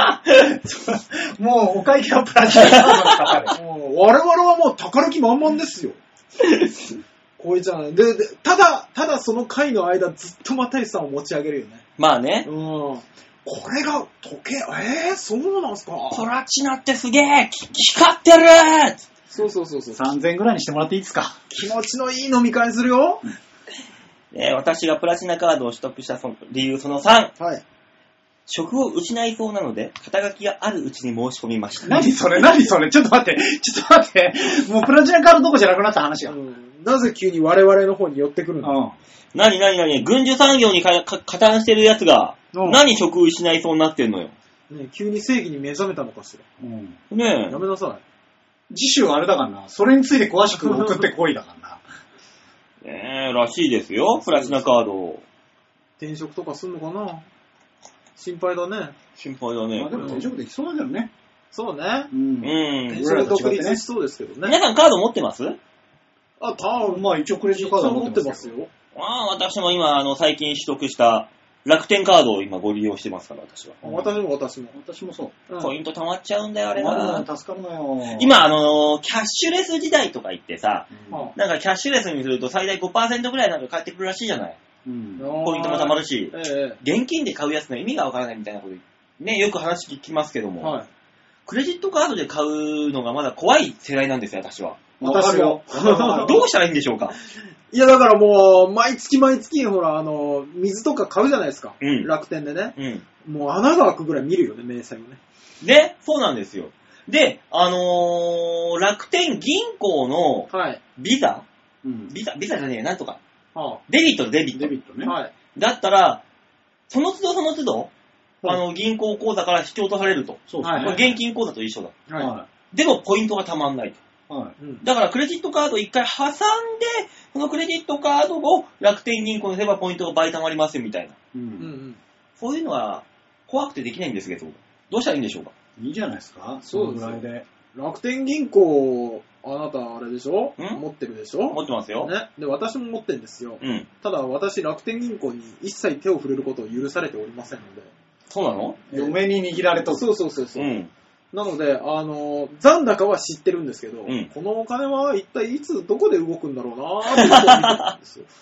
もうお会計はプラチナカードでかかる。 我々はもう宝気満々ですよ。こいつはね。で、ただその会の間ずっと又吉さんを持ち上げるよね。 まあね。 これが時計、そうなんすか。 プラチナってすげえ光ってる。 そう。 3000円ぐらいにしてもらっていいですか。 気持ちのいい飲み会するよ。 私がプラチナカードを取得した理由その3。 はい。 職を失いそうなので、肩書きがあるうちに申し込みました。 何それちょっと待って。もうプラチナカードどこじゃなくなった話が。 なぜ急に我々の方に寄ってくるの？ 何軍需産業に加担してるやつが、何職を失いそうになってんのよ。 ね、急に正義に目覚めたのかしら。 ねえ。 やめなさい。次週あれだからな。それについて詳しく送ってこいだからな。 らしいですよ、プラチナカード。 転職とかすんのかな？心配だね。 心配だね。 でも転職できそうだけどね。 そうね。 転職独立しそうですけどね。 皆さんカード持ってます？ まあ一応クレジットカード持ってますよ。 私も今、最近取得した楽天カードを今ご利用してますから、私は。 私もそう。 ポイント溜まっちゃうんだよ、あれが。 助かるのよ。 今、キャッシュレス時代とか言ってさ、なんかキャッシュレスにすると最大 5% ぐらいなんか返ってくるらしいじゃない。ポイントも溜まるし、現金で買うやつの意味がわからないみたいなことね、よく話聞きますけども、クレジットカードで買うのがまだ怖い世代なんですよ、私は。 私も。 どうしたらいいんでしょうか？ いや、だからもう、毎月、ほら、水とか買うじゃないですか。楽天でね。もう穴が開くぐらい見るよね、明細をね。 で、そうなんですよ。で、楽天銀行のビザ、ビザじゃねえ、なんとか。デビットね。だったら、その都度、銀行口座から引き落とされると。現金口座と一緒だ。でも、ポイントがたまんないと。だからクレジットカードを一回挟んで、そのクレジットカードを楽天銀行にすればポイントが倍貯まりますよみたいな。そういうのは怖くてできないんですけど。 どうしたらいいんでしょうか。 いいじゃないですか、 そうぐらいで。 楽天銀行、あなたあれでしょ？持ってるでしょ？ 持ってますよ。 ね。で、私も持ってるんですよ。 うん。 ただ私、楽天銀行に一切手を触れることを許されておりませんので。 そうなの？ 嫁に握られとる。 そう。 うん。 なので、残高は知ってるんですけど、このお金は一体いつどこで動くんだろうなーってことを見てたんですよ。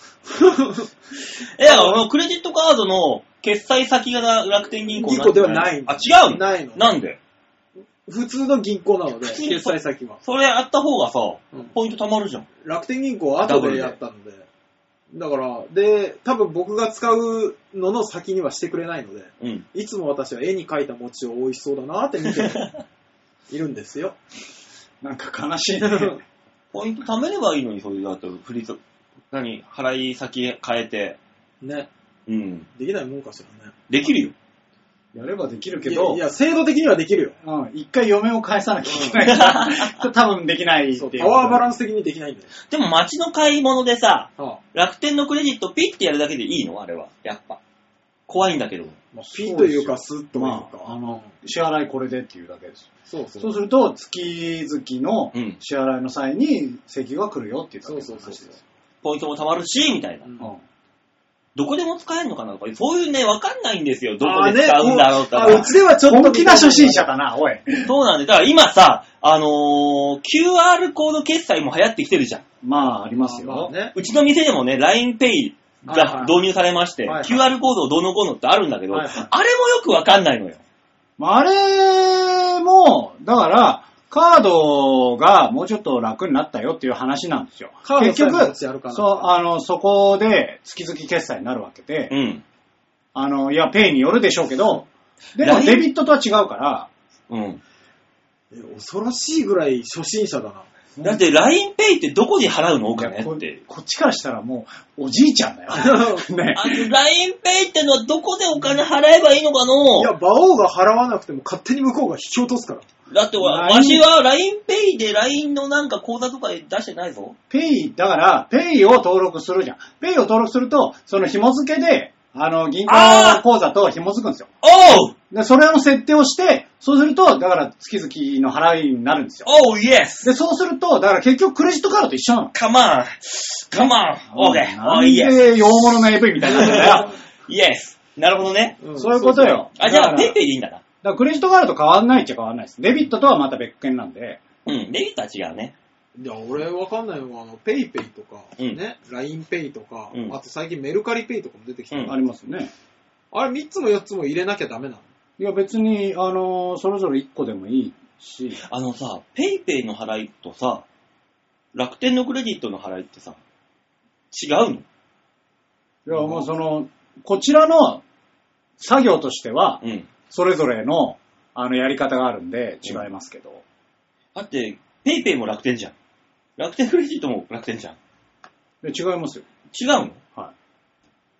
クレジットカードの決済先が楽天銀行銀行ではないんあ、違うの？ ないの。 なんで？ 普通の銀行なので、決済先は。 それやった方がさ、ポイント貯まるじゃん。 楽天銀行は後でやったので。だから、で、多分僕が使うのの先にはしてくれないので、いつも私は絵に描いた餅を美味しそうだなって見ているんですよ。 なんか悲しいね。 ポイント貯めればいいのに、そういうだと、払い先変えて。 ね。 うん。 できないもんかしらね。 できるよ。 やればできるけど。 いや、制度的にはできるよ。 一回嫁を返さなきゃいけないから、多分できないっていう。 パワーバランス的にできないんだよ。 でも街の買い物でさ、楽天のクレジットピッてやるだけでいいの？あれは。やっぱ。怖いんだけど。 ピッというかスッというか。 支払いこれでっていうだけです。 そうすると、月々の支払いの際に請求が来るよっていうだけです。そう。 ポイントも貯まるし、みたいな。どこでも使えるのかなとか、そういうね、わかんないんですよ。どこで使うんだろうとか。 うちではちょっと本気な初心者だな、おい。 そうなんで、だから今さ、QR コード決済も流行ってきてるじゃん。 まあ、ありますよ。 うちの店でもね、LINEPay が導入されまして、QR コードをどうのこうのってあるんだけど、あれもよくわかんないのよ。 あれも、だから、カードがもうちょっと楽になったよっていう話なんですよ。結局、そこで月々決済になるわけで、いや、ペイによるでしょうけど、でもデビットとは違うから、 恐ろしいぐらい初心者だな。 だって LINEPay ってどこに払うのお金って。 こっちからしたらもうおじいちゃんだよ。 ね、LINEPay ってのはどこでお金払えばいいのかの？ いや、馬王が払わなくても勝手に向こうが引き落とすから。 だってわしは LINEPay で LINE のなんか口座とか出してないぞ。 だから、ペイを登録するじゃん。ペイを登録すると、その紐付けで、銀行口座と紐付くんですよ。で、それの設定をして、そうすると、だから月々の払いになるんですよ。 yes! で、そうすると、だから結局クレジットカードと一緒なの。 Come on! Okay! なんで洋物の AV みたいになってんだよ。 Yes! なるほどね。 そういうことよ。 じゃあ、ペイペイでいいんだな。 だからクレジットカードと変わんないっちゃ変わんないです。デビットとはまた別件なんで。 デビットは違うね。 いや、俺わかんないのは、ペイペイとか、ね、LINEPay とか、あと最近メルカリペイとかも出てきてありますね。 あれ3つも4つも入れなきゃダメなの？ いや、別に、それぞれ1個でもいいし。 さ、ペイペイの払いとさ、楽天のクレジットの払いってさ、違うの？いや、もうこちらの作業としては、それぞれの、やり方があるんで違いますけど。 だって、ペイペイも楽天じゃん。楽天クレジットも楽天じゃん。 違いますよ。 違うの？ はい。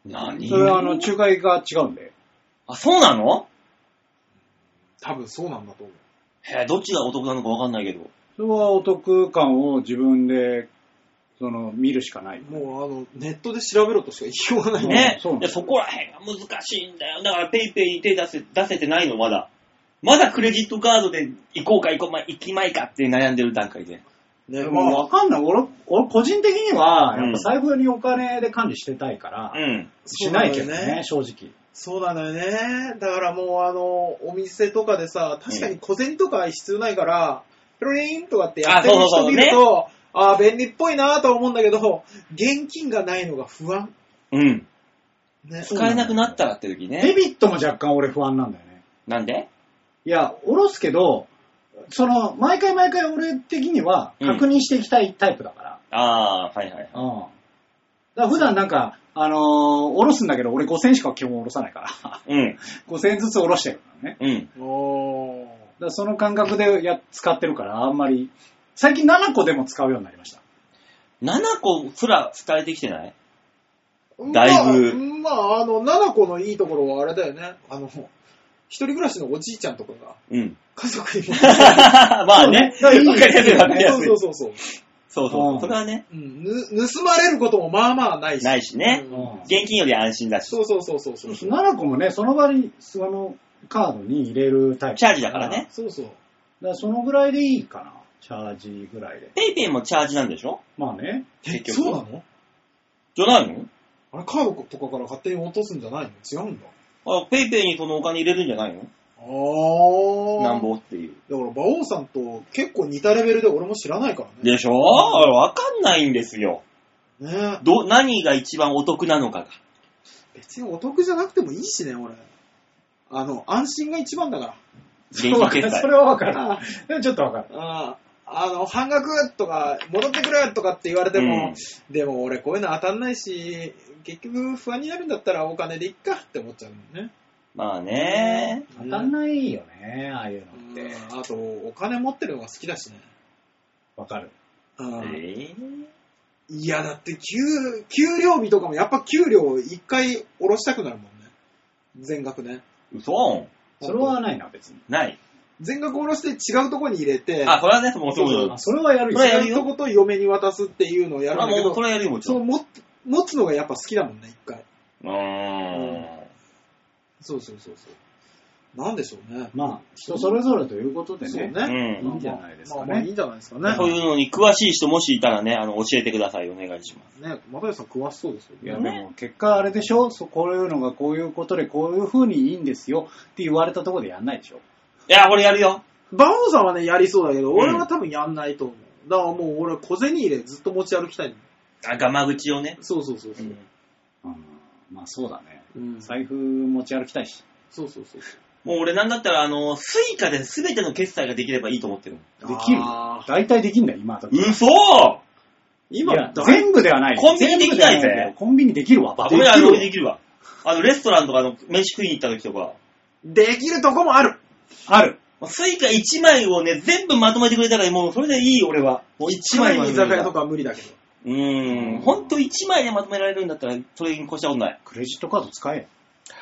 何？ それは仲介が違うんで。 あ、そうなの？ 多分そうなんだと思う。 どっちがお得なのかわかんないけど。 それはお得感を自分で、見るしかない。 もうネットで調べろとしか言いようがないね。そこら辺が難しいんだよ。だからペイペイに手出せてないの、まだ。まだクレジットカードで行こうか行きまいかって悩んでる段階で。 ね、わかんない。俺個人的には、やっぱ財布にお金で管理してたいから、しないけどね、正直。 そうなのよね。だからもうお店とかでさ、確かに小銭とか必要ないから、ピロリンとかってやってる人見ると、便利っぽいなとは思うんだけど、現金がないのが不安。 ね、使えなくなったらって時ね。 デビットも若干俺不安なんだよね。 なんで？ いや、下ろすけど、毎回俺的には確認していきたいタイプだから。 はいはい。 だから普段なんか、下ろすんだけど、俺5000しか基本下ろさないから。5000円ずつ下ろしてるからね。だからその感覚で使ってるから、あんまり、最近7個でも使うようになりました。 7個すら伝えてきてない？だいぶ。 7個のいいところはあれだよね。一人暮らしのおじいちゃんとかが、家族にも。 まあね。わかりやすいわかりやすい。 そう。 それはね。 盗まれることもまあまあないし。 ね。現金より安心だし。 そう。 7個もね、その場に、 カードに入れるタイプ。 チャージだからね。 そうそう。 だからそのぐらいでいいかな。チャージぐらいで。 ペイペイもチャージなんでしょ？ まあね。 結局。 そうなの？ じゃないの？ あれカードとかから勝手に落とすんじゃないの？違うんだ。 ペイペイにそのお金入れるんじゃないの？なんぼっていう。 だから、馬王さんと結構似たレベルで俺も知らないからね。 でしょ？わかんないんですよ。 ね。 何が一番お得なのかが。 別にお得じゃなくてもいいしね、俺。安心が一番だから。 現金決済。 それはわかる。でもちょっとわかる。 半額とか、戻ってくれとかって言われても、でも俺こういうの当たんないし、結局不安になるんだったらお金でいっかって思っちゃうもんね。 まあね。 当たんないよね、ああいうのって。 あと、お金持ってるのが好きだしね。 わかる。 いや、だって給料日とかもやっぱ給料1回下ろしたくなるもんね。全額ね。 嘘？ それはないな、別に。 ない。 全額下ろして違うとこに入れて。 これはね、もうそうそれはやるよ。 違うとこと嫁に渡すっていうのをやるんだけど。 もうそれはやるよ、もちろん。 持つのがやっぱ好きだもんね、1回。そう。なんでしょうね。 まあ、人それぞれということでね。 そうね。 いいんじゃないですかね。 まあいいんじゃないですかね。 そういうのに詳しい人もしいたらね、教えてください。お願いします。 ね、又吉さん詳しそうですよね。 いや、でも結果あれでしょ？こういうのがこういうことでこういう風にいいんですよって言われたところでやんないでしょ？ いや、俺やるよ。 馬王さんはね、やりそうだけど、俺は多分やんないと思う。だからもう俺小銭入れずっと持ち歩きたい。 ガマ口をね。 そう。 まあそうだね。財布持ち歩きたいし。 そう。 もう俺なんだったら、スイカで全ての決済ができればいいと思ってるできる。大体できんだよ、今。 嘘！ 今、全部ではない。 コンビニできないぜ。 コンビニできるわ。 俺できるわ。レストランとか飯食いに行った時とか。 できるとこもある。 スイカ1枚をね、全部まとめてくれたらもうそれでいい、俺は。もう 1枚に居酒屋とかは無理だけど。 ほんと1枚でまとめられるんだったら、それに越したことない。 クレジットカード使え。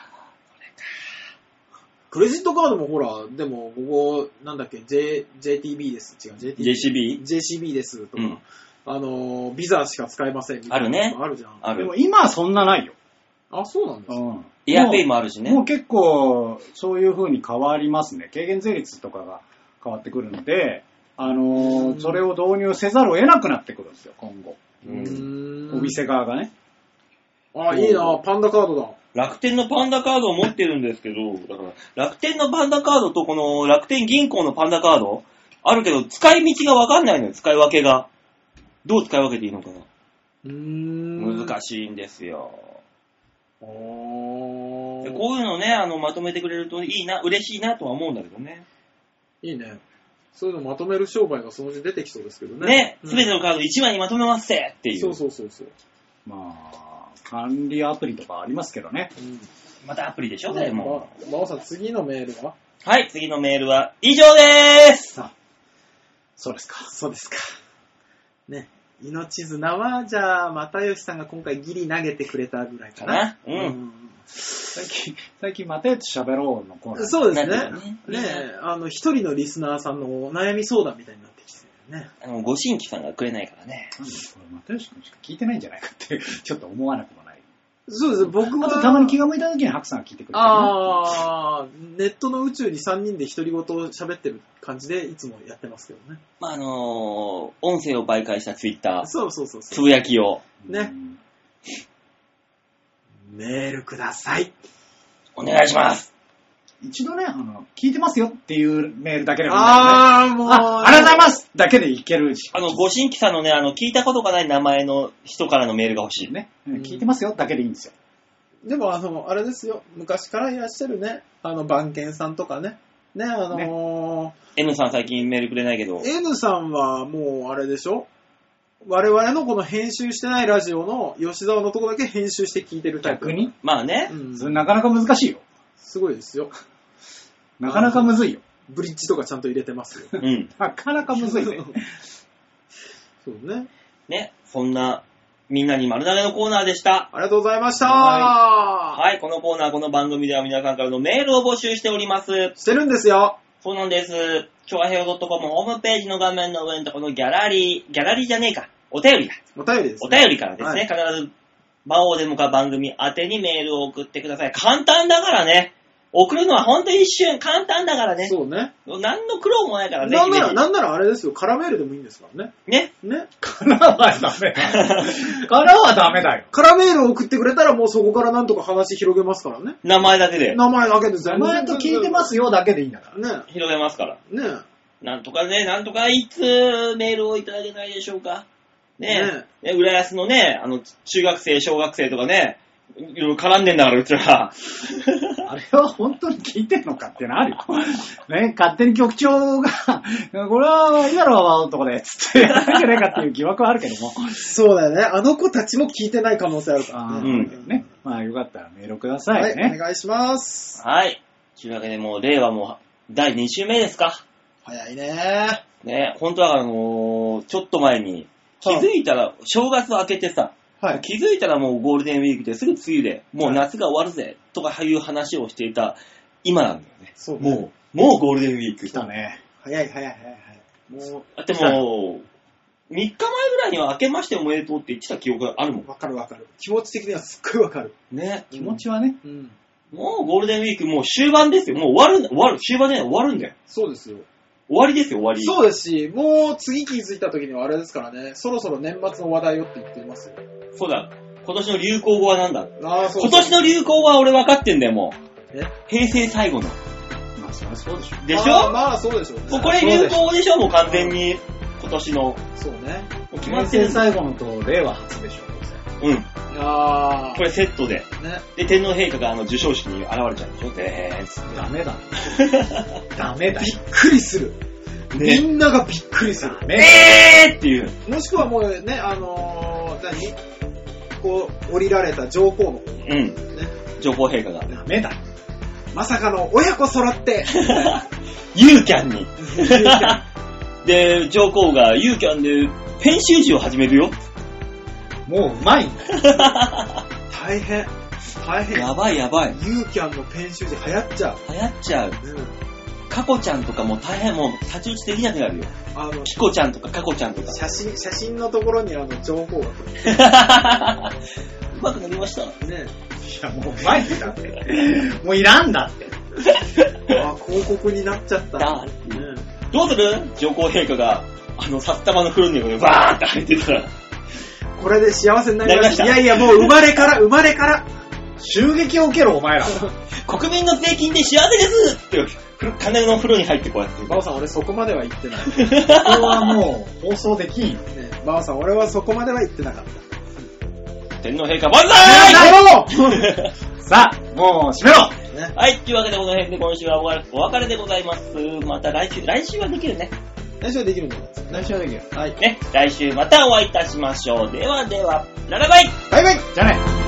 クレジットカードもほら、でも、ここ、なんだっけ、JTB です。違う、JCB ですとか、ビザしか使えませんみたいな。 あるね。 あるじゃん。 ある。でも今はそんなないよ。 あ、そうなんですか。 エアペイもあるしね。 もう結構、そういう風に変わりますね。軽減税率とかが変わってくるので、それを導入せざるを得なくなってくるんですよ、今後。お店側がね。 いいな、パンダカードだ。 楽天のパンダカードを持ってるんですけど、だから楽天のパンダカードとこの楽天銀行のパンダカードあるけど、使い道がわかんないのよ、使い分けが。どう使い分けていいのかな。難しいんですよ。でこういうのね、まとめてくれるといいな、嬉しいなとは思うんだけどね。 いいね。そういうのまとめる商売がそのうち出てきそうですけどね。 ね、すべてのカード1枚にまとめますせっていう。 そう。 まあ、管理アプリとかありますけどね。 またアプリでしょ、ね、もう。馬王さん、次のメールは？ はい、次のメールは以上でーす。 そうですか。 ね。命綱は、じゃあ、又吉さんが今回ギリ投げてくれたぐらいかな。 最近、又吉喋ろうのコーナー。 そうですね。一人のリスナーさんのお悩み相談みたいになってきてるね。 ご新規さんがくれないからね。 又吉君しか聞いてないんじゃないかって、ちょっと思わなくもない。 そうです、僕は。 たまに気が向いた時に白さんが聞いてくれてる、 ネットの宇宙に3人で独り言喋ってる感じでいつもやってますけどね。 音声を媒介したツイッター。 そう。 つぶやきを。 ね。メールください。 お願いします。 一度ね、聞いてますよっていうメールだけでもいいんだよね。もう。ありがとうございますだけでいけるし。 ご新規さんのね、聞いたことがない名前の人からのメールが欲しい。 ね。聞いてますよだけでいいんですよ。 でも、あれですよ。昔からいらっしゃるね。番犬さんとかね。ね、 N さん最近メールくれないけど。 N さんはもう、あれでしょ？我々のこの編集してないラジオの吉沢のとこだけ編集して聞いてるタイプ。 逆に？ まあね。 それなかなか難しいよ。 すごいですよ。 なかなかむずいよ。 ブリッジとかちゃんと入れてますよ。 なかなかむずいね。 そうね。 ね、そんな、みんなに丸投げのコーナーでした。 ありがとうございました。 はい、このコーナー、この番組では皆さんからのメールを募集しております。 してるんですよ。 そうなんです。ちょあへよ .com ホームページの画面の上のところのギャラリーじゃねえか。お便りだ。 お便りです、 ね。お便りからですね、必ず、魔王でもか番組宛てにメールを送ってください。簡単だからね。 送るのはほんと一瞬簡単だからね。 そうね。 何の苦労もないからね。 なんならあれですよ、カラメールでもいいんですからね。 ね。 カラはダメだ。カラはダメだよ。 カラメールを送ってくれたらもうそこからなんとか話広げますからね。 名前だけで。 名前だけで全然。名前と聞いてますよだけでいいんだからね。 広げますから。 ね。 なんとかいつメールをいただけないでしょうか。ね。浦安のね、中学生、小学生とかね、いろいろ絡んでんだから、うちら。 あれは本当に聞いてんのかっていうのあるよ。ね、勝手に局長が、これはいいだろう、男で、つってやらなきゃいけないかっていう疑惑はあるけども。 そうだよね。あの子たちも聞いてない可能性あるからね。まあよかったらメールくださいね。 はい、お願いします。 はい。というわけでもう、令和も第2週目ですか。 早いね。 ね、本当はちょっと前に、気づいたら、正月明けてさ、 はい、 気づいたらもうゴールデンウィークですぐ梅雨で、もう夏が終わるぜ、とかいう話をしていた今なんだよね。 そうね。 もうゴールデンウィーク。 来たね。 早い。もう。 だってもう、3日前ぐらいには明けましておめでとうって言ってた記憶があるもん。 わかる。気持ち的にはすっごいわかる。 ね。 気持ちはね。 もうゴールデンウィークもう終盤ですよ。もう終わる。終盤じゃない、終わるんだよ。 そうですよ。 終わりですよ、終わり。 そうですし、もう次気づいた時にはあれですからね、そろそろ年末の話題をって言っていますよ。 そうだ。今年の流行語は何だ？ そう今年の流行語は俺分かってんだよ、もう。 え？ 平成最後の。 まあそりゃそうでしょ。 でしょ？ まあそうでしょうね。 これ流行語でしょ、もう完全に。今年の。 そうね。 決まってる最後のと令和初でしょ、 うん。 これセットで。ね。で、天皇陛下が授賞式に現れちゃうんでしょ、 ダメだ。ダメだ。 びっくりする。みんながびっくりする。 っていう。 もしくはもうね、こう、降りられた上皇の。 ね。上皇陛下が。 ダメだ。 まさかの親子揃って。 ユーキャンに。で、上皇がユーキャンでペン習字を始めるよ。 もううまい。 大変。 やばい。 ユーキャンのペン習字流行っちゃう。カコちゃんとかも大変、もう太刀打ちできなくなるよ。キコちゃんとかカコちゃんとか。 写真のところに上皇がうまくなりましたね。 いやもううまいんだって。もういらんだって。 広告になっちゃった。 どうする？上皇陛下が札束の風呂にバーって入ってたら。 これで幸せになりました。いやもう生まれから。 襲撃を受けろお前ら。 国民の税金で幸せですって。金の風呂に入ってこうやって。 バオさん俺そこまでは言ってない。 これはもう放送できん。 バオさん俺はそこまでは言ってなかった。 天皇陛下万歳さあ、もう閉めろ、 はい、というわけでこの辺で今週はお別れでございます。また来週はできるね。 来週はできるんだよ。 来週はできる。 はい。ね、来週またお会いいたしましょう。では、ララバイ！ バイバイ！じゃあね。